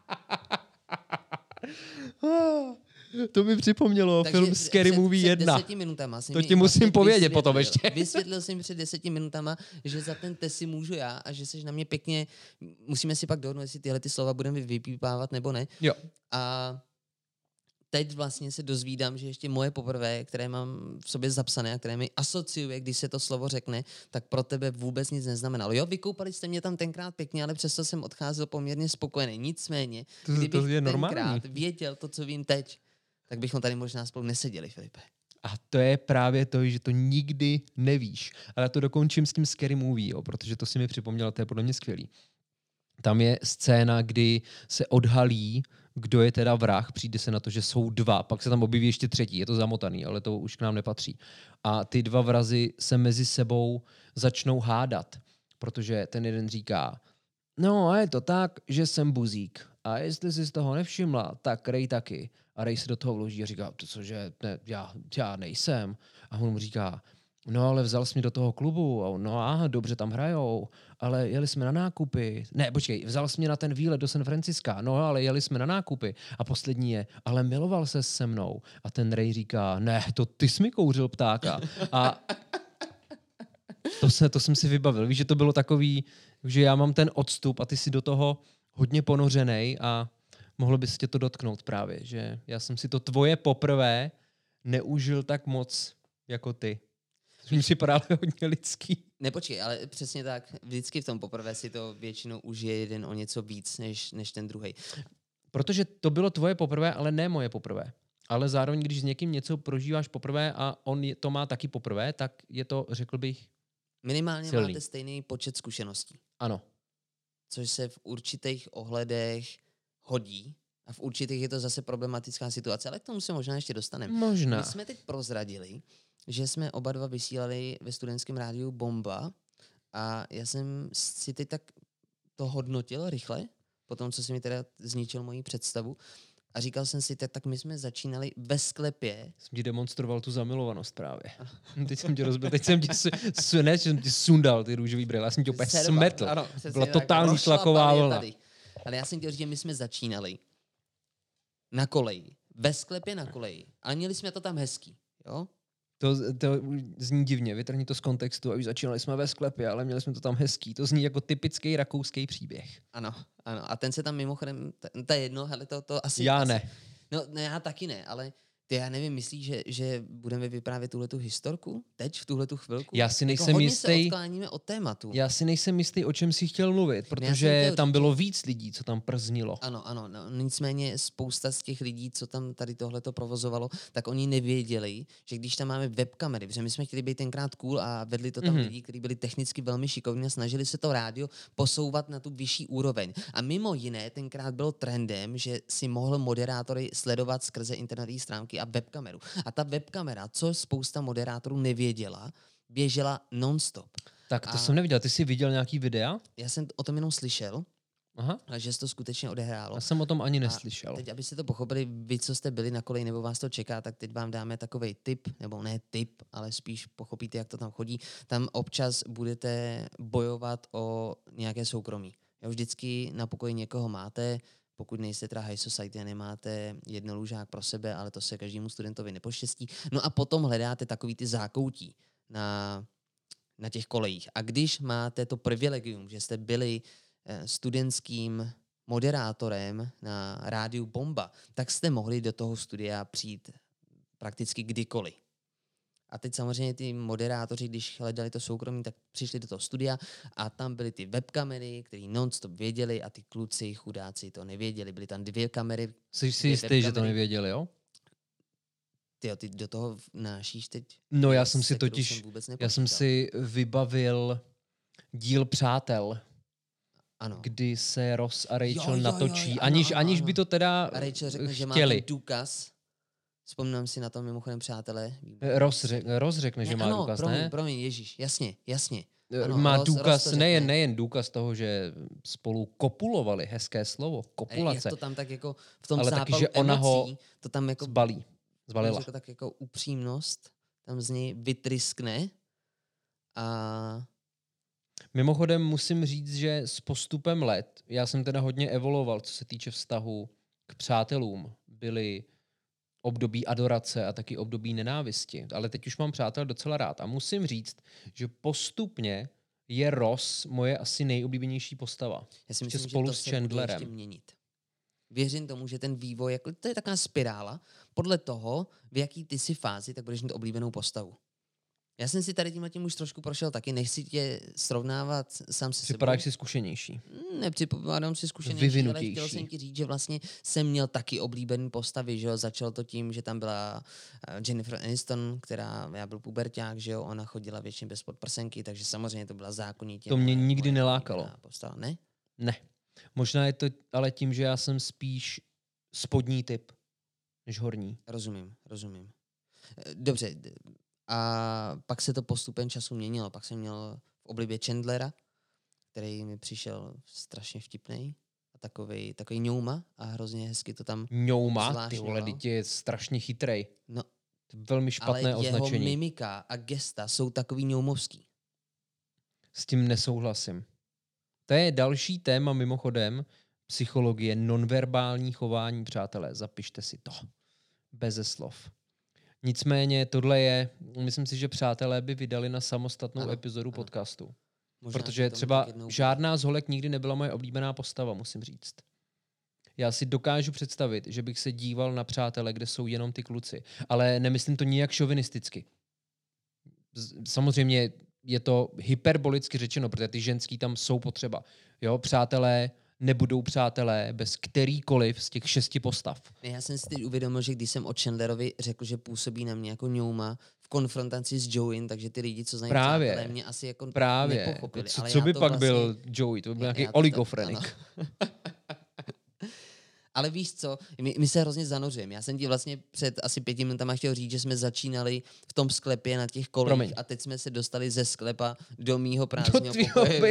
Speaker 1: To mi připomnělo film Scary Movie 1. To ti musím povědět potom ještě.
Speaker 2: Vysvětlil jsem před 10 minutama, že za ten test si můžu já a že seš na mě pěkně... Musíme si pak dohodnout, jestli tyhle ty slova budeme vypípávat nebo ne.
Speaker 1: Jo.
Speaker 2: A teď vlastně se dozvídám, že ještě moje poprvé, které mám v sobě zapsané a které mi asociuje, když se to slovo řekne, tak pro tebe vůbec nic neznamenalo. Jo, vykoupali jste mě tam tenkrát pěkně, ale přesto jsem odcházel poměrně spokojený. Nicméně, kdybych tenkrát věděl to, co vím teď, tak bychom tady možná spolu neseděli, Filipe.
Speaker 1: A to je právě to, že to nikdy nevíš. Ale já to dokončím s tím Scary Movie, protože to si mi připomnělo, to je podle mě skvělý. Tam je scéna, kdy se odhalí, kdo je teda vrah, přijde se na to, že jsou dva, pak se tam objeví ještě třetí, je to zamotaný, ale to už k nám nepatří. A ty dva vrazi se mezi sebou začnou hádat, protože ten jeden říká, no a je to tak, že jsem buzík. A jestli jsi z toho nevšimla, tak Ray taky. A Ray se do toho vloží a říká, to cože, ne, já nejsem. A on mu říká, no ale vzal jsi mě do toho klubu. A on, no aha, dobře tam hrajou, ale jeli jsme na nákupy. Ne, počkej, vzal jsi mě na ten výlet do San Franciska. No ale jeli jsme na nákupy. A poslední je, ale miloval se se mnou. A ten Ray říká, ne, to ty jsi mi kouřil ptáka. A to jsem si vybavil. Víš, že to bylo takový, že já mám ten odstup a ty si do toho hodně ponořenej a mohlo by se tě to dotknout právě, že já jsem si to tvoje poprvé neužil tak moc jako ty. To mi připadalo hodně lidský.
Speaker 2: Nepočkej, ale přesně tak. Vždycky v tom poprvé si to většinou užije jeden o něco víc, než ten druhý.
Speaker 1: Protože to bylo tvoje poprvé, ale ne moje poprvé. Ale zároveň, když s někým něco prožíváš poprvé a on to má taky poprvé, tak je to, řekl bych,
Speaker 2: Minimálně
Speaker 1: silný.
Speaker 2: máte stejný počet zkušeností.
Speaker 1: Ano.
Speaker 2: Což se v určitých ohledech hodí a v určitých je to zase problematická situace, ale k tomu se možná ještě dostaneme.
Speaker 1: Možná.
Speaker 2: My jsme teď prozradili, že jsme oba dva vysílali ve studentském rádiu Bomba a já jsem si teď tak to hodnotil rychle, po tom, co si mi teda zničil moji představu a říkal jsem si, tak my jsme začínali ve sklepě.
Speaker 1: Jsem ti demonstroval tu zamilovanost právě. Teď jsem tě rozbil, teď jsem ti, ne, že jsem ti sundal ty růžový brýle, já jsem tě úplně smetl.
Speaker 2: Ano,
Speaker 1: byla totální tlaková vlna.
Speaker 2: Ale já jsem chtěl říct, že my jsme začínali na koleji, ve sklepě na koleji, ale měli jsme to tam hezký, jo?
Speaker 1: To zní divně, vytrhni to z kontextu a už začínali jsme ve sklepě, ale měli jsme to tam hezký. To zní jako typický rakouský příběh.
Speaker 2: Ano. A ten se tam mimochodem, to je jedno, hele, to asi...
Speaker 1: Já
Speaker 2: asi,
Speaker 1: ne.
Speaker 2: No, já taky ne, ale ty, já nevím, myslíš, že budeme vyprávět tuhletu historku? Teď, v tuhletu chvilku?
Speaker 1: Já si nejsem
Speaker 2: hodně
Speaker 1: jistý.
Speaker 2: se odkláníme od tématu.
Speaker 1: Já si nejsem jistý, o čem si chtěl mluvit, protože tam bylo víc lidí, co tam prznilo.
Speaker 2: Ano, no, nicméně spousta z těch lidí, co tam tady tohleto provozovalo, tak oni nevěděli, že když tam máme webkamery, protože my jsme chtěli být tenkrát cool a vedli to tam lidi, kteří byli technicky velmi šikovní a snažili se to rádio posouvat na tu vyšší úroveň. A mimo jiné tenkrát bylo trendem, že si mohl moderátory sledovat skrze internetové stránky a webkameru. A ta webkamera, co spousta moderátorů nevěděla, běžela non-stop.
Speaker 1: Tak to jsem neviděl. Ty jsi viděl nějaký videa?
Speaker 2: Já jsem o tom jenom slyšel,
Speaker 1: Aha.
Speaker 2: ale že se to skutečně odehrálo.
Speaker 1: Já jsem o tom ani neslyšel.
Speaker 2: A teď, abyste to pochopili, vy, co jste byli na koleji, nebo vás to čeká, tak teď vám dáme takovej tip, nebo ne tip, ale spíš pochopíte, jak to tam chodí. Tam občas budete bojovat o nějaké soukromí. Jo, vždycky na pokoji někoho máte, pokud nejste teda high society a nemáte jednolůžák pro sebe, ale to se každému studentovi nepoštěstí. No a potom hledáte takový ty zákoutí na těch kolejích. A když máte to privilegium, že jste byli studentským moderátorem na rádiu Bomba, tak jste mohli do toho studia přijít prakticky kdykoliv. A teď samozřejmě ty moderátoři, když hledali to soukromí, tak přišli do toho studia a tam byly ty webkamery, které non-stop věděli a ty kluci, chudáci to nevěděli. Byly tam 2 kamery.
Speaker 1: Jsi si jistý, že to nevěděli, jo?
Speaker 2: Ty do toho vnášíš teď?
Speaker 1: No já jsem si vybavil díl Přátel,
Speaker 2: ano.
Speaker 1: kdy se Ross a Rachel
Speaker 2: jo,
Speaker 1: natočí,
Speaker 2: ano,
Speaker 1: aniž by to teda
Speaker 2: a Rachel řekne, že má důkaz. Vzpomínám si na to mimochodem, přátelé.
Speaker 1: Ross řekne, že má důkaz, ne?
Speaker 2: Promiň, Ježíš, jasně.
Speaker 1: Ano, má důkaz, nejen důkaz toho, že spolu kopulovali, hezké slovo, kopulace.
Speaker 2: Jak to tam tak jako v tom
Speaker 1: ale
Speaker 2: zápalu
Speaker 1: taky, že ona
Speaker 2: emocí,
Speaker 1: ho
Speaker 2: to tam jako
Speaker 1: zbalila.
Speaker 2: Tak jako upřímnost tam z něj vytryskne a...
Speaker 1: Mimochodem musím říct, že s postupem let, já jsem teda hodně evoluoval, co se týče vztahu k přátelům. Byly období adorace a taky období nenávisti. Ale teď už mám přátel docela rád. A musím říct, že postupně je Ross moje asi nejoblíbenější postava.
Speaker 2: Já si myslím,
Speaker 1: spolu
Speaker 2: že to
Speaker 1: s Chandlerem.
Speaker 2: se bude ještě měnit. Věřím tomu, že ten vývoj, jako, to je taková spirála, podle toho, v jaký ty si fázi, tak budeš mít oblíbenou postavu. Já jsem si tady tím už trošku prošel taky, nechci tě srovnávat sám se sebou.
Speaker 1: Připadáš si zkušenější.
Speaker 2: Nepřipadám si zkušenější, ale chtěl jsem ti říct, že vlastně jsem měl taky oblíbený postavy, že jo, začalo to tím, že tam byla Jennifer Aniston, já byl puberťák, že jo, ona chodila většině bez podprsenky, takže samozřejmě to byla zákonitě.
Speaker 1: To mě nikdy nelákalo.
Speaker 2: Postava, ne?
Speaker 1: Ne. Možná je to ale tím, že já jsem spíš spodní typ, než horní.
Speaker 2: Rozumím. Dobře, a pak se to postupem času měnilo. Pak jsem měl v oblibě Chandlera, který mi přišel strašně vtipnej. a takovej ňouma a hrozně hezky to tam
Speaker 1: Ňouma, ty
Speaker 2: zvláštňoval.
Speaker 1: vole, dítě je strašně chytrej.
Speaker 2: No,
Speaker 1: To je velmi špatné
Speaker 2: ale jeho
Speaker 1: označení.
Speaker 2: mimika a gesta jsou takový ňoumovský.
Speaker 1: S tím nesouhlasím. To je další téma mimochodem psychologie, nonverbální chování, přátelé. Zapište si to. Beze slov. Nicméně tohle je, myslím si, že přátelé by vydali na samostatnou epizodu podcastu.
Speaker 2: Možná
Speaker 1: Protože
Speaker 2: to
Speaker 1: třeba
Speaker 2: tak jednou
Speaker 1: žádná z holek nikdy nebyla moje oblíbená postava, musím říct. Já si dokážu představit, že bych se díval na přátele, kde jsou jenom ty kluci. Ale nemyslím to nijak šovinisticky. Samozřejmě je to hyperbolicky řečeno, protože ty ženský tam jsou potřeba. Jo, přátelé nebudou přátelé bez kterýkoliv z těch 6 postav.
Speaker 2: Já jsem si teď uvědomil, že když jsem o Chandlerovi řekl, že působí na mě jako ňouma v konfrontaci s Joey, takže ty lidi, co znají přátelé, mě asi jako nepochopili.
Speaker 1: Co,
Speaker 2: ale
Speaker 1: co by
Speaker 2: to
Speaker 1: pak
Speaker 2: vlastně,
Speaker 1: byl Joey? To by byl nějaký
Speaker 2: ano.
Speaker 1: oligofrenik.
Speaker 2: Ale víš co, my se hrozně zanořujeme. Já jsem ti vlastně před asi 5 minutami chtěl říct, že jsme začínali v tom sklepě na těch kolích a teď jsme se dostali ze sklepa do mýho prázdného pokoje.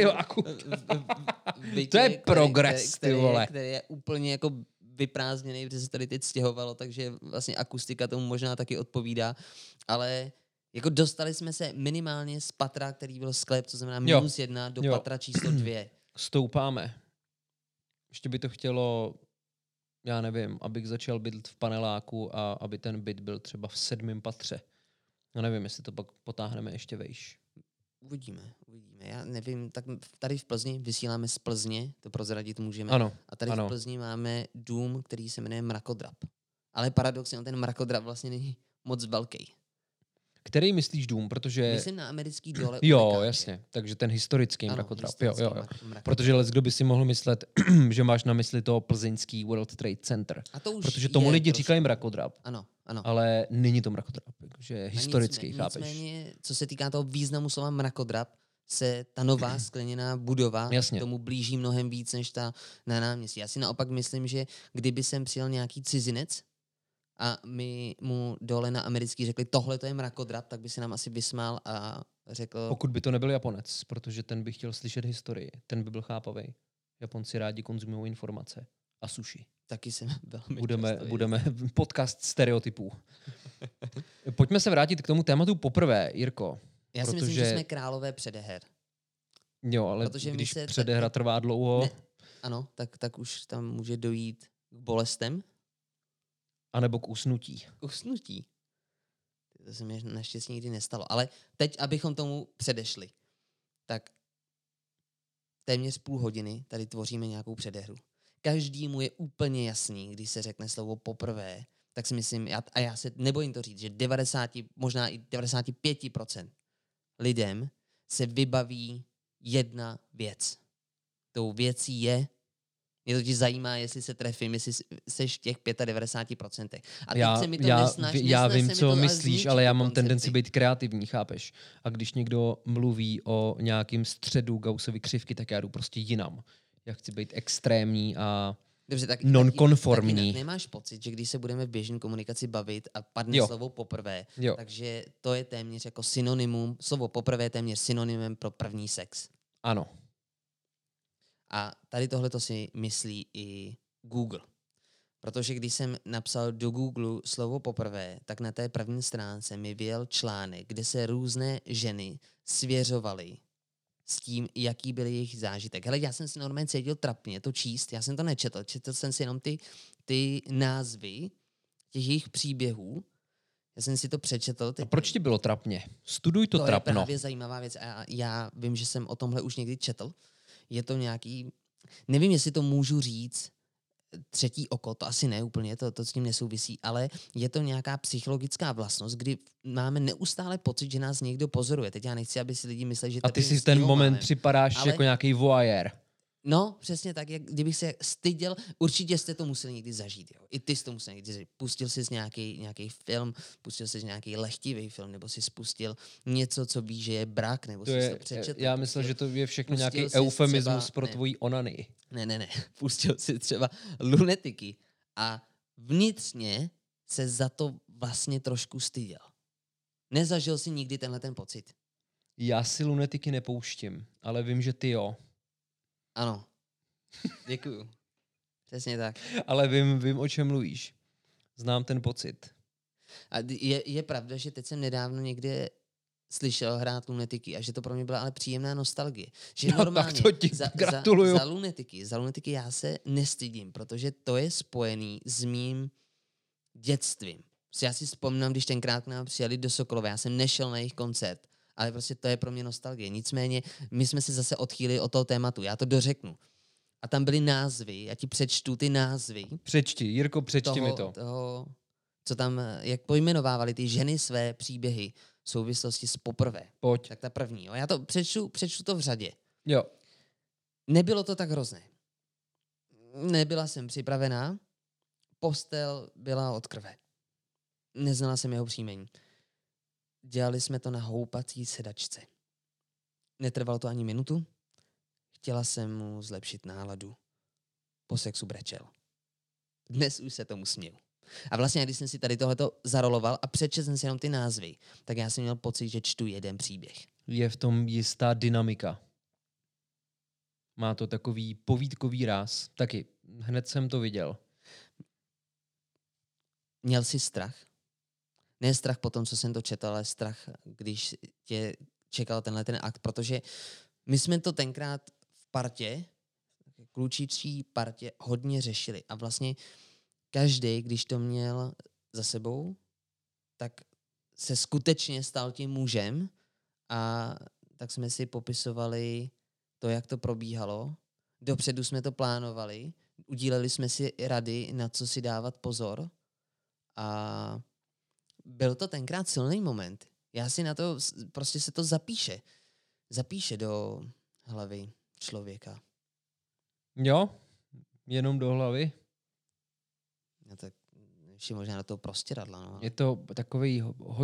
Speaker 1: To je progres, ty vole.
Speaker 2: Který je úplně jako vyprázdněný, protože se tady teď stěhovalo, takže vlastně akustika tomu možná taky odpovídá. Ale jako dostali jsme se minimálně z patra, který byl sklep, co znamená -1, do patra číslo 2.
Speaker 1: Stoupáme. Ještě by to chtělo, já nevím, abych začal bydlet v paneláku a aby ten byt byl třeba v 7. patře. No nevím, jestli to pak potáhneme ještě vejš.
Speaker 2: Uvidíme. Já nevím, tak tady v Plzni vysíláme z Plzně, to prozradit můžeme.
Speaker 1: Ano,
Speaker 2: a tady v Plzni máme dům, který se jmenuje Mrakodrap. Ale paradoxně ten Mrakodrap vlastně není moc velký.
Speaker 1: Který myslíš dům? Protože...
Speaker 2: Myslím na americký dole.
Speaker 1: Jo, jasně. Takže ten historický Mrakodrap. Jo. Protože kdo by si mohl myslet, že máš na mysli to plzeňský World Trade Center.
Speaker 2: A to už
Speaker 1: protože tomu lidi říkají Mrakodrap.
Speaker 2: Ano.
Speaker 1: Ale není to Mrakodrap. Takže historický, chápeš?
Speaker 2: Nicméně, co se týká toho významu slova Mrakodrap, se ta nová skleněná budova tomu blíží mnohem víc než ta na náměstí. Já si naopak myslím, že kdyby sem přijel nějaký cizinec a my mu dole na americký řekli, tohle to je Mrakodrap, tak by si nám asi vysmál a řekl...
Speaker 1: Pokud by to nebyl Japonec, protože ten by chtěl slyšet historii. Ten by byl chápavý. Japonci rádi konzumují informace. A sushi.
Speaker 2: Taky jsem velmi
Speaker 1: budeme podcast stereotypů. Pojďme se vrátit k tomu tématu poprvé, Jirko.
Speaker 2: Já si myslím, že jsme králové předeher.
Speaker 1: Jo, ale protože když předehra trvá dlouho...
Speaker 2: Ne, ano, tak už tam může dojít k bolestem.
Speaker 1: A nebo k usnutí.
Speaker 2: Usnutí. To se mi naštěstí nikdy nestalo. Ale teď, abychom tomu předešli, tak téměř půl hodiny tady tvoříme nějakou předehru. Každému je úplně jasný, když se řekne slovo poprvé, tak si myslím, a já se nebojím to říct, že 90, možná i 95% lidem se vybaví jedna věc. Tou věcí je, mě to ti zajímá, jestli se trefím, jestli seš v těch 95%. A teď se mi to
Speaker 1: já vím, co myslíš, ale já mám tendenci být kreativní, chápeš? A když někdo mluví o nějakým středu Gaussovy křivky, tak já jdu prostě jinam. Já chci být extrémní a nonkonformní.
Speaker 2: Nemáš pocit, že když se budeme v běžné komunikaci bavit a padne slovo poprvé, takže to je téměř jako synonymum, slovo poprvé je téměř synonymem pro první sex.
Speaker 1: Ano.
Speaker 2: A tady tohleto si myslí i Google. Protože když jsem napsal do Google slovo poprvé, tak na té první stránce mi vyjel článek, kde se různé ženy svěřovaly s tím, jaký byl jejich zážitek. Hele, já jsem si normálně cítil trapně to číst, já jsem to nečetl, četl jsem si jenom ty názvy těch jejich příběhů, já jsem si to přečetl.
Speaker 1: A proč ti bylo trapně? Studuj to trapno.
Speaker 2: To je právě zajímavá věc a já vím, že jsem o tomhle už někdy četl. Je to nějaký, nevím, jestli to můžu říct, třetí oko, to asi ne úplně, to s tím nesouvisí, ale je to nějaká psychologická vlastnost, kdy máme neustále pocit, že nás někdo pozoruje. Teď já nechci, aby si lidi mysleli, že...
Speaker 1: A ty si v ten moment připadáš jako nějaký voyeur.
Speaker 2: No, přesně tak, jak kdybych se styděl, určitě jste to museli někdy zažít. Jo. I ty jsi to musel někdy zažít. Pustil jsi nějaký film, pustil jsi nějaký lehtivý film, nebo jsi spustil něco, co víš, že je brak, nebo jsi to přečetl.
Speaker 1: Já myslím, že to je všechno nějaký eufemismus pro tvojí onany.
Speaker 2: Ne. Pustil si třeba lunetiky a vnitřně se za to vlastně trošku styděl. Nezažil jsi nikdy tenhle ten pocit?
Speaker 1: Já si lunetiky nepouštím, ale vím, že ty jo.
Speaker 2: Ano. Děkuju. Přesně tak.
Speaker 1: Ale vím, o čem mluvíš. Znám ten pocit.
Speaker 2: A je pravda, že teď jsem nedávno někde slyšel hrát Lunetiky a že to pro mě byla ale příjemná nostalgie. Že normálně
Speaker 1: tak to ti gratuluju.
Speaker 2: Za Lunetiky já se nestydím, protože to je spojený s mým dětstvím. Já si vzpomínám, když tenkrát k nám přijeli do Sokolova, já jsem nešel na jejich koncert, ale prostě to je pro mě nostalgie. Nicméně my jsme se zase odchýlili od toho tématu, já to dořeknu. A tam byly názvy, já ti přečtu ty názvy.
Speaker 1: Přečti, Jirko, přečti mi to.
Speaker 2: Co tam, jak pojmenovávali ty ženy své příběhy v souvislosti s poprvé.
Speaker 1: Pojď.
Speaker 2: Tak ta první. Jo. Já to přečtu to v řadě.
Speaker 1: Jo.
Speaker 2: Nebylo to tak hrozné. Nebyla jsem připravená. Postel byla od krve. Neznala jsem jeho příjmení. Dělali jsme to na houpací sedačce. Netrvalo to ani minutu. Chtěla jsem mu zlepšit náladu. Po sexu brečel. Dnes už se tomu směju. A vlastně, když jsem si tady tohleto zaroloval a přečetl jsem si jenom ty názvy, tak já jsem měl pocit, že čtu jeden příběh.
Speaker 1: Je v tom jistá dynamika. Má to takový povídkový ráz. Taky. Hned jsem to viděl.
Speaker 2: Měl jsi strach? Ne strach po tom, co jsem to četl, ale strach, když tě čekal tenhle ten akt, protože my jsme to tenkrát v partě, klučičí partě, hodně řešili. A vlastně každý, když to měl za sebou, tak se skutečně stal tím mužem a tak jsme si popisovali to, jak to probíhalo. Dopředu jsme to plánovali, udíleli jsme si rady, na co si dávat pozor a byl to tenkrát silný moment. Já si na to, prostě se to zapíše do hlavy člověka.
Speaker 1: Jo, jenom do hlavy.
Speaker 2: No tak ještě možná do toho prostěradla. No.
Speaker 1: Je to takový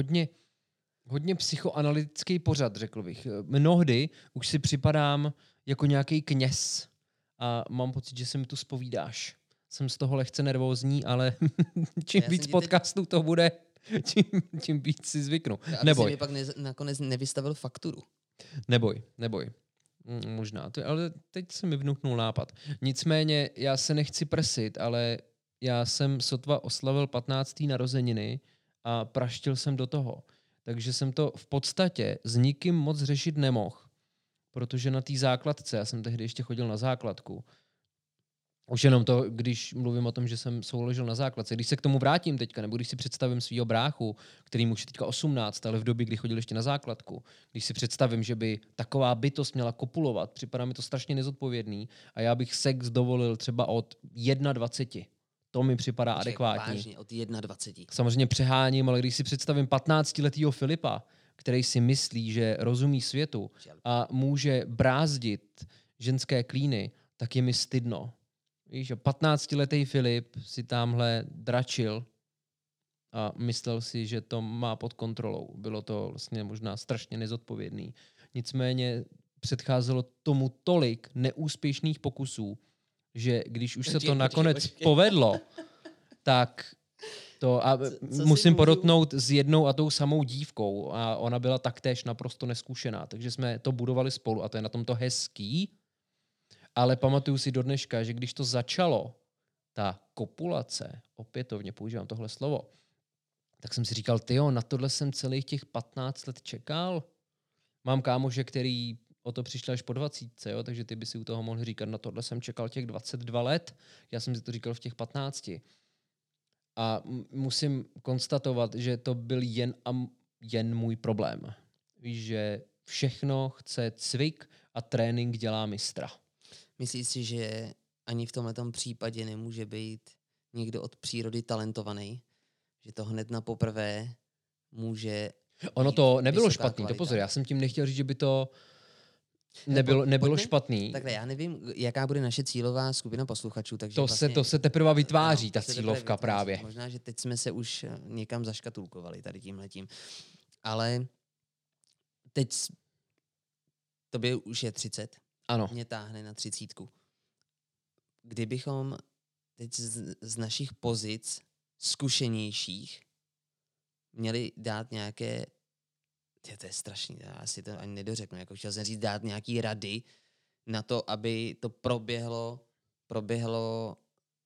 Speaker 1: hodně psychoanalytický pořad, řekl bych. Mnohdy už si připadám jako nějaký kněz a mám pocit, že se mi tu zpovídáš. Jsem z toho lehce nervózní, ale čím víc podcastů to bude, tím víc si zvyknu.
Speaker 2: Neboj. Aby si mi pak nakonec nevystavil fakturu.
Speaker 1: Neboj. Možná, ale teď se mi vnuknul nápad. Nicméně já se nechci prsit, ale já jsem sotva oslavil 15. narozeniny a praštil jsem do toho. Takže jsem to v podstatě s nikým moc řešit nemohl. Protože na té základce, já jsem tehdy ještě chodil na základku, už jenom to, když mluvím o tom, že jsem souložil na základce. Když se k tomu vrátím teďka, nebo když si představím svýho bráchu, který mu už je teďka 18, ale v době, kdy chodil ještě na základku, když si představím, že by taková bytost měla kopulovat, připadá mi to strašně nezodpovědný a já bych sex dovolil třeba od 21. To mi připadá adekvátní.
Speaker 2: Vážně, od 21.
Speaker 1: Samozřejmě přeháním, ale když si představím 15letýho Filipa, který si myslí, že rozumí světu a může brázdit ženské klíny, tak je mi stydno. Víš, 15letý Filip si tamhle dračil a myslel si, že to má pod kontrolou. Bylo to vlastně možná strašně nezodpovědný. Nicméně předcházelo tomu tolik neúspěšných pokusů, že když už se to nakonec povedlo, tak to a musím podotknout s jednou a tou samou dívkou a ona byla taktéž naprosto neskušená, takže jsme to budovali spolu a to je na tom to hezký, ale pamatuju si do dneška, že když to začalo, ta kopulace, opětovně používám tohle slovo, tak jsem si říkal, tyjo, na tohle jsem celých těch 15 let čekal. Mám kámoše, který o to přišel až po 20, jo? Takže ty by si u toho mohl říkat, na tohle jsem čekal těch 22 let, já jsem si to říkal v těch 15. A musím konstatovat, že to byl jen můj problém. Víš, že všechno chce cvik a trénink dělá mistra.
Speaker 2: Myslíš si, že ani v tomhletom případě nemůže být někdo od přírody talentovaný? Že to hned na poprvé může...
Speaker 1: Ono to nebylo špatný, to pozor, já jsem tím nechtěl říct, že by to nebylo špatný.
Speaker 2: Takhle, já nevím, jaká bude naše cílová skupina posluchačů, takže
Speaker 1: to se teprve vytváří, ta cílovka právě.
Speaker 2: Možná, že teď jsme se už někam zaškatulkovali tady tímhletím. Ale teď tobě už je 30.
Speaker 1: Ano.
Speaker 2: Mě táhne na 30. Kdybychom teď z našich pozic zkušenějších měli dát nějaké, to je strašný, já asi to ani nedořeknu, jako chtěl jsem říct, dát nějaký rady na to, aby to proběhlo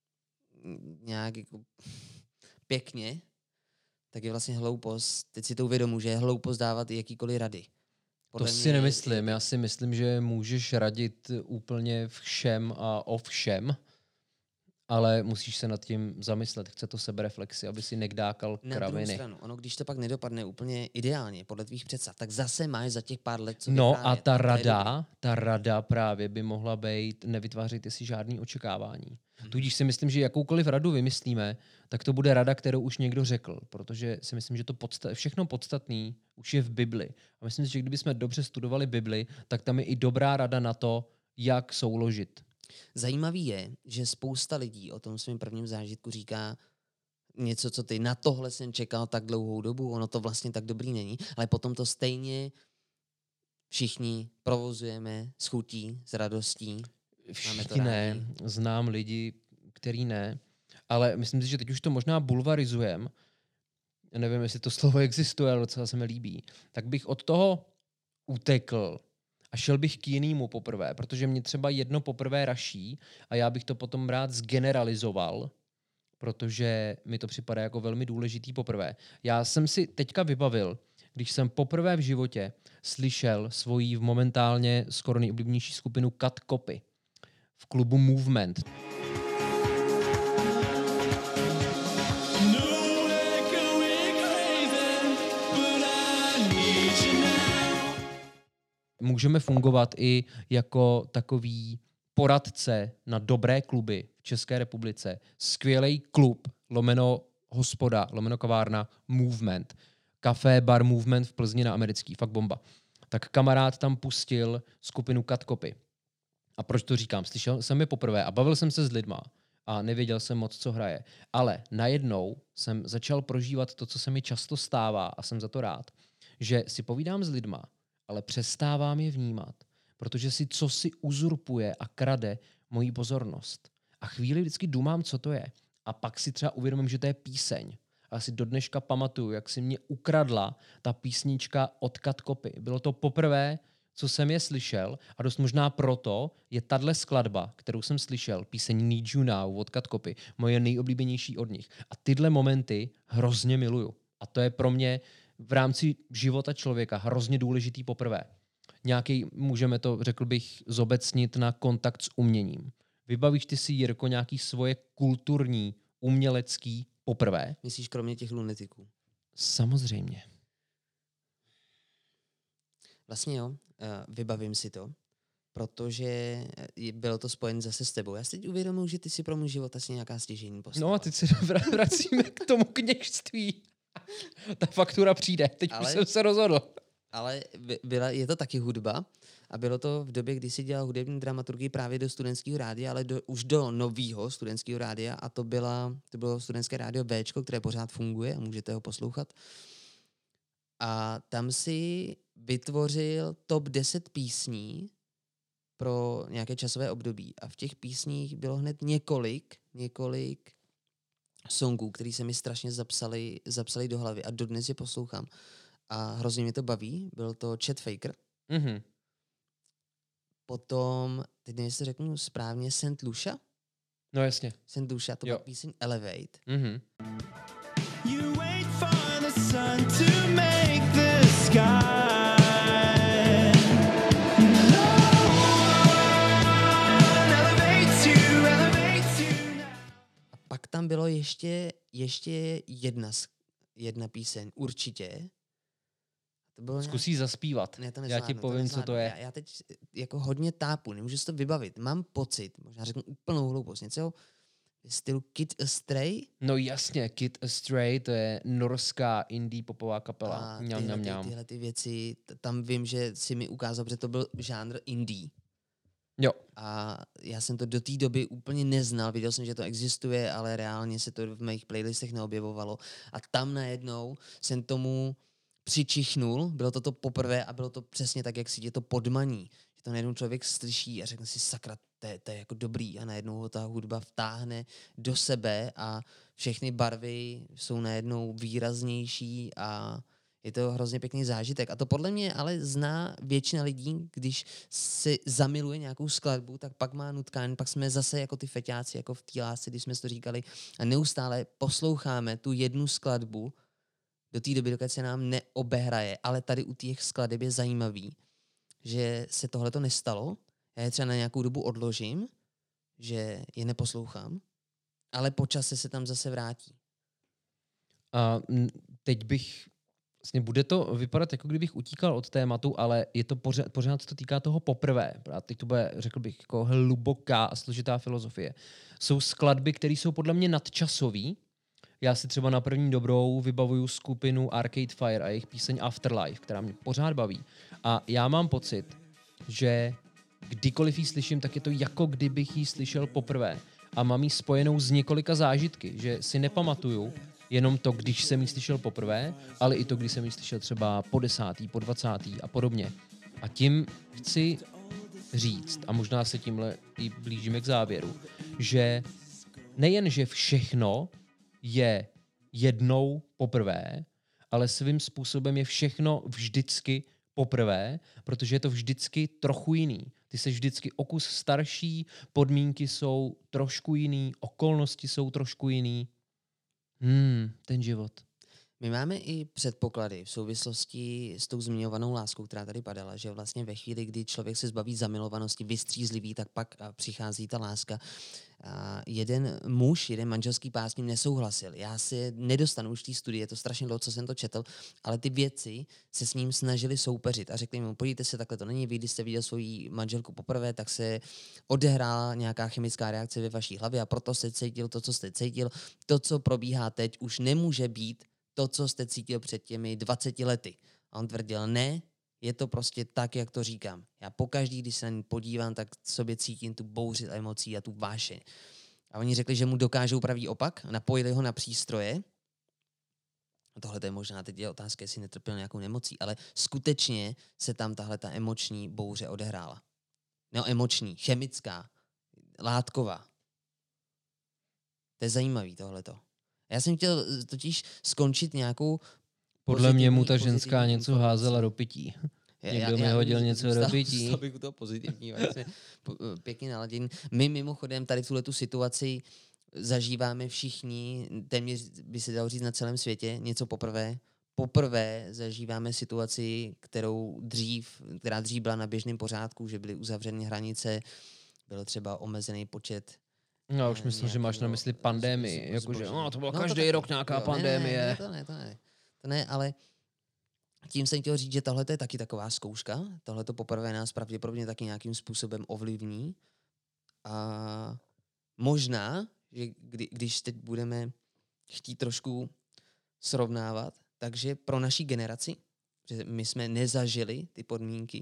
Speaker 2: nějak jako pěkně, tak je vlastně hloupost. Teď si to uvědomuji, že je hloupost dávat jakýkoliv rady.
Speaker 1: To si nemyslím. Já si myslím, že můžeš radit úplně všem a o všem, ale musíš se nad tím zamyslet. Chce to sebereflexi, aby si nekdákal kraviny.
Speaker 2: Na druhou stranu, ono, když to pak nedopadne úplně ideálně podle tvých představ, tak zase máš za těch pár let co
Speaker 1: No
Speaker 2: vyprávět.
Speaker 1: a ta rada právě by mohla být, nevytvářejte si žádný očekávání. Tudíž si myslím, že jakoukoliv radu vymyslíme, tak to bude rada, kterou už někdo řekl, protože si myslím, že to všechno podstatné už je v Bibli. A myslím si, že kdybychom dobře studovali Bibli, tak tam je i dobrá rada na to, jak souložit.
Speaker 2: Zajímavý je, že spousta lidí o tom svém prvním zážitku říká něco, co ty, na tohle jsem čekal tak dlouhou dobu, ono to vlastně tak dobrý není, ale potom to stejně všichni provozujeme s chutí, s radostí.
Speaker 1: Všichni ne, znám lidi, který ne, ale myslím si, že teď už to možná bulvarizujeme. Já nevím, jestli to slovo existuje, ale docela se mi líbí. Tak bych od toho utekl a šel bych k jinému poprvé, protože mě třeba jedno poprvé raší a já bych to potom rád zgeneralizoval, protože mi to připadá jako velmi důležitý poprvé. Já jsem si teďka vybavil, když jsem poprvé v životě slyšel svoji momentálně skoro nejoblíbenější skupinu Cut Copy v klubu Movement. Můžeme fungovat i jako takový poradce na dobré kluby v České republice. Skvělej klub, lomeno hospoda, lomeno kavárna, Movement. Café, bar Movement v Plzni na Americký, fakt bomba. Tak kamarád tam pustil skupinu Cut Copy. A proč to říkám? Slyšel jsem je poprvé a bavil jsem se s lidma a nevěděl jsem moc, co hraje. Ale najednou jsem začal prožívat to, co se mi často stává a jsem za to rád, že si povídám s lidma, ale přestávám je vnímat, protože si cosi uzurpuje a krade moji pozornost. A chvíli vždycky dumám, co to je. A pak si třeba uvědomím, že to je píseň. A si do dneška pamatuju, jak si mě ukradla ta písnička od Cut Copy. Bylo to poprvé, co jsem je slyšel a dost možná proto je tahle skladba, kterou jsem slyšel, píseň Need You Now od Cut Copy, moje nejoblíbenější od nich. A tyhle momenty hrozně miluju. A to je pro mě v rámci života člověka hrozně důležitý poprvé. Nějaký, můžeme to, řekl bych, zobecnit na kontakt s uměním. Vybavíš ty si, Jirko, nějaký svoje kulturní, umělecký poprvé?
Speaker 2: Myslíš kromě těch lunetiků?
Speaker 1: Samozřejmě.
Speaker 2: Vlastně jo, vybavím si to, protože bylo to spojené zase s tebou. Já si teď uvědomuji, že ty si pro můj život asi nějaká stěžejní postava.
Speaker 1: No a teď se vracíme k tomu kněžství. Ta faktura přijde, teď už jsem se rozhodl.
Speaker 2: Ale je to taky hudba a bylo to v době, kdy si dělal hudební dramaturgii právě do studentského rádia, ale už do nového studentského rádia a to bylo studentské rádio Bčko, které pořád funguje a můžete ho poslouchat. A tam si vytvořil top 10 písní pro nějaké časové období. A v těch písních bylo hned několik songů, které se mi strašně zapsali do hlavy a dodnes je poslouchám. A hrozně mě to baví. Byl to Chet Faker.
Speaker 1: Mm-hmm.
Speaker 2: Potom, teď nevím, jestli řeknu správně, St. Lucia.
Speaker 1: No jasně.
Speaker 2: St. Lucia, to byla píseň Elevate.
Speaker 1: Mm-hmm.
Speaker 3: You wait for the sun to make the sky.
Speaker 2: A pak tam bylo ještě jedna píseň, určitě. To bylo
Speaker 1: Zkusí zaspívat.
Speaker 2: Ne, to
Speaker 1: já ti povím, co to je.
Speaker 2: Já teď jako hodně tápu, nemůžu si to vybavit. Mám pocit, možná řeknu úplnou hloupost, něco stylu Kid Astray?
Speaker 1: No jasně, Kid Astray, to je norská indie popová kapela.
Speaker 2: A tyhle ty věci, tam vím, že si mi ukázal, protože to byl žánr indie.
Speaker 1: Jo.
Speaker 2: A já jsem to do té doby úplně neznal, viděl jsem, že to existuje, ale reálně se to v mých playlistech neobjevovalo. A tam najednou jsem tomu přičichnul, bylo to poprvé a bylo to přesně tak, jak si tě to podmaní. Že to najednou člověk slyší a řekne si, sakra, to je jako dobrý a najednou ho ta hudba vtáhne do sebe a všechny barvy jsou najednou výraznější a Je to hrozně pěkný zážitek. A to podle mě ale zná většina lidí, když si zamiluje nějakou skladbu, tak pak má nutkání, pak jsme zase jako ty feťáci, jako v té lásce, když jsme to říkali, a neustále posloucháme tu jednu skladbu do té doby, dokud se nám neobehraje. Ale tady u těch skladeb je zajímavý, že se tohle to nestalo. Já je třeba na nějakou dobu odložím, že je neposlouchám, ale po čase se tam zase vrátí.
Speaker 1: A teď bych, vlastně bude to vypadat, jako kdybych utíkal od tématu, ale je to pořád se to týká toho poprvé. A teď to bude, řekl bych, jako hluboká a složitá filozofie. Jsou skladby, které jsou podle mě nadčasové. Já si třeba na první dobrou vybavuju skupinu Arcade Fire a jejich píseň Afterlife, která mě pořád baví. A já mám pocit, že kdykoliv ji slyším, tak je to jako kdybych ji slyšel poprvé. A mám ji spojenou s několika zážitky, že si nepamatuju jenom to, když jsem ji slyšel poprvé, ale i to, když jsem ji slyšel třeba po 10., po 20. a podobně. A tím chci říct, a možná se tímhle i blížíme k závěru, že nejen, že všechno je jednou poprvé, ale svým způsobem je všechno vždycky poprvé, protože je to vždycky trochu jiný. Ty jsi vždycky o kus starší, podmínky jsou trošku jiný, okolnosti jsou trošku jiný. Ten život.
Speaker 2: My máme i předpoklady v souvislosti s tou zmiňovanou láskou, která tady padala, že vlastně ve chvíli, kdy člověk se zbaví zamilovanosti, vystřízlivý, tak pak přichází ta láska. A jeden manželský pár s ním nesouhlasil. Já si nedostanu už té studie, je to strašně dlouho, co jsem to četl, ale ty věci se s ním snažili soupeřit a řekli mu, podívejte se, takhle to není, vy, když jste viděl svoji manželku poprvé, tak se odehrála nějaká chemická reakce ve vaší hlavě a proto jste cítil to, co jste cítil. To, co probíhá teď, už nemůže být to, co jste cítil před těmi 20 lety. A on tvrdil, ne, je to prostě tak, jak to říkám. Já pokaždý, když se na ní podívám, tak v sobě cítím tu bouři emocí a tu vášeň. A oni řekli, že mu dokážou pravý opak, napojili ho na přístroje. A tohle je možná teď je otázka, jestli netrpěl nějakou nemocí, ale skutečně se tam tahle ta emoční bouře odehrála. No emoční, chemická, látková. To je zajímavý tohleto. Já jsem chtěl totiž skončit nějakou
Speaker 1: Podle mě mu ta ženská něco házela do pití. Někdo mi hodil něco do pití.
Speaker 2: Zůstal bych u toho pozitivní, pěkně naladěný. My mimochodem tady v tuhletu situaci zažíváme všichni, téměř by se dalo říct na celém světě, něco poprvé. Poprvé zažíváme situaci, která dřív byla na běžném pořádku, že byly uzavřeny hranice, byl třeba omezený počet.
Speaker 1: No, už myslím, že máš na mysli pandemii. Jakože, to bylo každý rok nějaká pandemie.
Speaker 2: To ne, ale tím jsem chtěl říct, že tohle je taky taková zkouška. Tohle to poprvé nás pravděpodobně taky nějakým způsobem ovlivní. A možná, že když teď budeme chtít trošku srovnávat, takže pro naší generaci, že my jsme nezažili ty podmínky,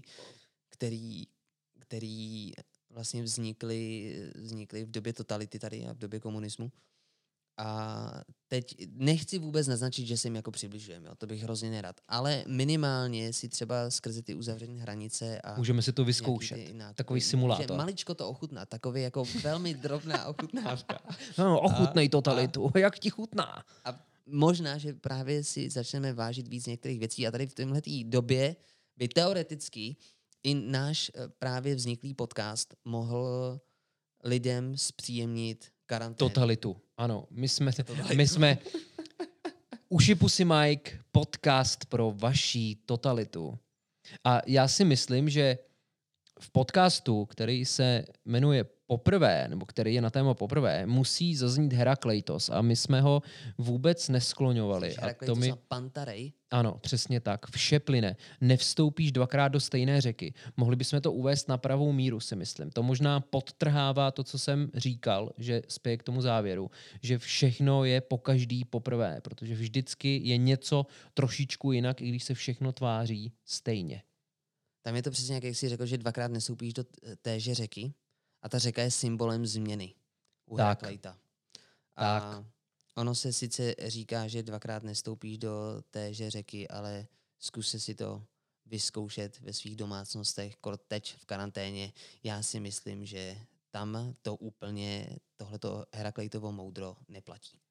Speaker 2: které vlastně vznikly v době totality tady a v době komunismu. A teď nechci vůbec naznačit, že se jim jako přibližujeme, to bych hrozně nerad. Ale minimálně si třeba skrze ty uzavřené hranice a
Speaker 1: můžeme si to vyzkoušet. Takový simulátor.
Speaker 2: Maličko to ochutnat, takový jako velmi drobná ochutnávka.
Speaker 1: No, ochutnej totalitu, jak ti chutná.
Speaker 2: A možná, že právě si začneme vážit víc některých věcí a tady v témhleté době by teoreticky i náš právě vzniklý podcast mohl lidem zpříjemnit karanténu.
Speaker 1: Totalitu, ano. My jsme Uši Pusy Mike, podcast pro vaší totalitu. A já si myslím, že v podcastu, který se jmenuje Poprvé, nebo který je na téma Poprvé, musí zaznít Herakleitos a my jsme ho vůbec neskloňovali.
Speaker 2: Herakleitos a Pantarej?
Speaker 1: Ano, přesně tak. Vše plyne. Nevstoupíš dvakrát do stejné řeky. Mohli bychom to uvést na pravou míru, si myslím. To možná podtrhává to, co jsem říkal, že spěje k tomu závěru, že všechno je pokaždý poprvé, protože vždycky je něco trošičku jinak, i když se všechno tváří stejně.
Speaker 2: Tam je to přesně, jak jsi řekl, že dvakrát nestoupíš do téže řeky a ta řeka je symbolem změny u Herakleita. A ono se sice říká, že dvakrát nestoupíš do téže řeky, ale zkus si to vyzkoušet ve svých domácnostech, teď v karanténě. Já si myslím, že tam to úplně tohleto Herakleitovo moudro neplatí.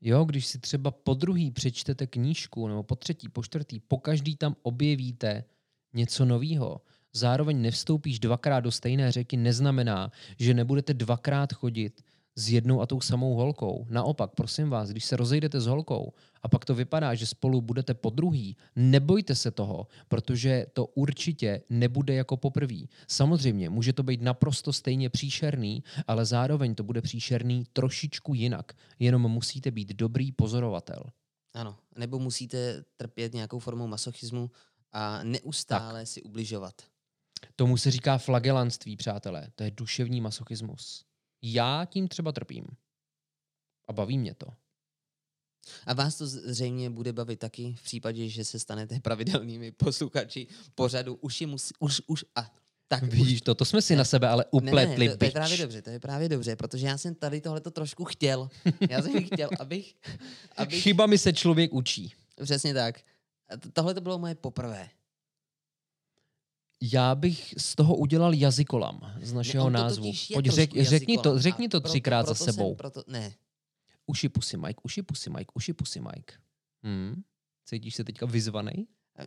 Speaker 1: Jo, když si třeba po druhý přečtete knížku, nebo po třetí, po čtvrtý, po každý tam objevíte něco novýho. Zároveň nevstoupíš dvakrát do stejné řeky, neznamená, že nebudete dvakrát chodit s jednou a tou samou holkou. Naopak, prosím vás, když se rozejdete s holkou a pak to vypadá, že spolu budete po druhý, nebojte se toho, protože to určitě nebude jako poprvý. Samozřejmě, může to být naprosto stejně příšerný, ale zároveň to bude příšerný trošičku jinak. Jenom musíte být dobrý pozorovatel.
Speaker 2: Ano, nebo musíte trpět nějakou formou masochismu a neustále si ubližovat.
Speaker 1: Tomu se říká flagelantství, přátelé. To je duševní masochismus. Já tím třeba trpím. A baví mě to.
Speaker 2: A vás to zřejmě bude bavit taky v případě, že se stanete pravidelnými posluchači pořadu
Speaker 1: Vidíš to, to jsme si na sebe ale upletli.
Speaker 2: Ne, to je právě dobře, protože já jsem tady tohleto trošku chtěl. Já jsem chtěl, abych...
Speaker 1: Chybami se člověk učí.
Speaker 2: Přesně tak. Tohle to bylo moje poprvé.
Speaker 1: Já bych z toho udělal jazykolam z našeho názvu. Pojď, řekni to třikrát za sebou.
Speaker 2: Ne.
Speaker 1: Uši pusy Mike, uši pusy Mike, uši pusy Mike. Cítíš se teďka vyzvanej?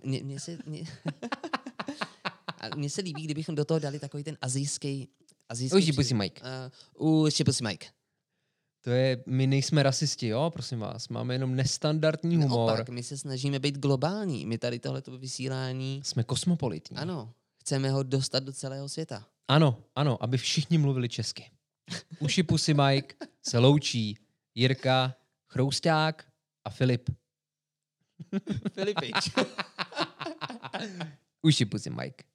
Speaker 2: Mně se líbí, kdybychom do toho dali takový ten asijský
Speaker 1: Uši pusy Mike.
Speaker 2: Uši pusy Mike.
Speaker 1: My nejsme rasisti, jo, prosím vás. Máme jenom nestandardní humor.
Speaker 2: Naopak, my se snažíme být globální. My tady tohleto vysílání...
Speaker 1: Jsme kosmopolitní.
Speaker 2: Ano, chceme ho dostat do celého světa.
Speaker 1: Ano, aby všichni mluvili česky. Uši pusy Mike se loučí Jirka, Chrousťák a Filip.
Speaker 2: Filipič.
Speaker 1: Uši pusy Mike.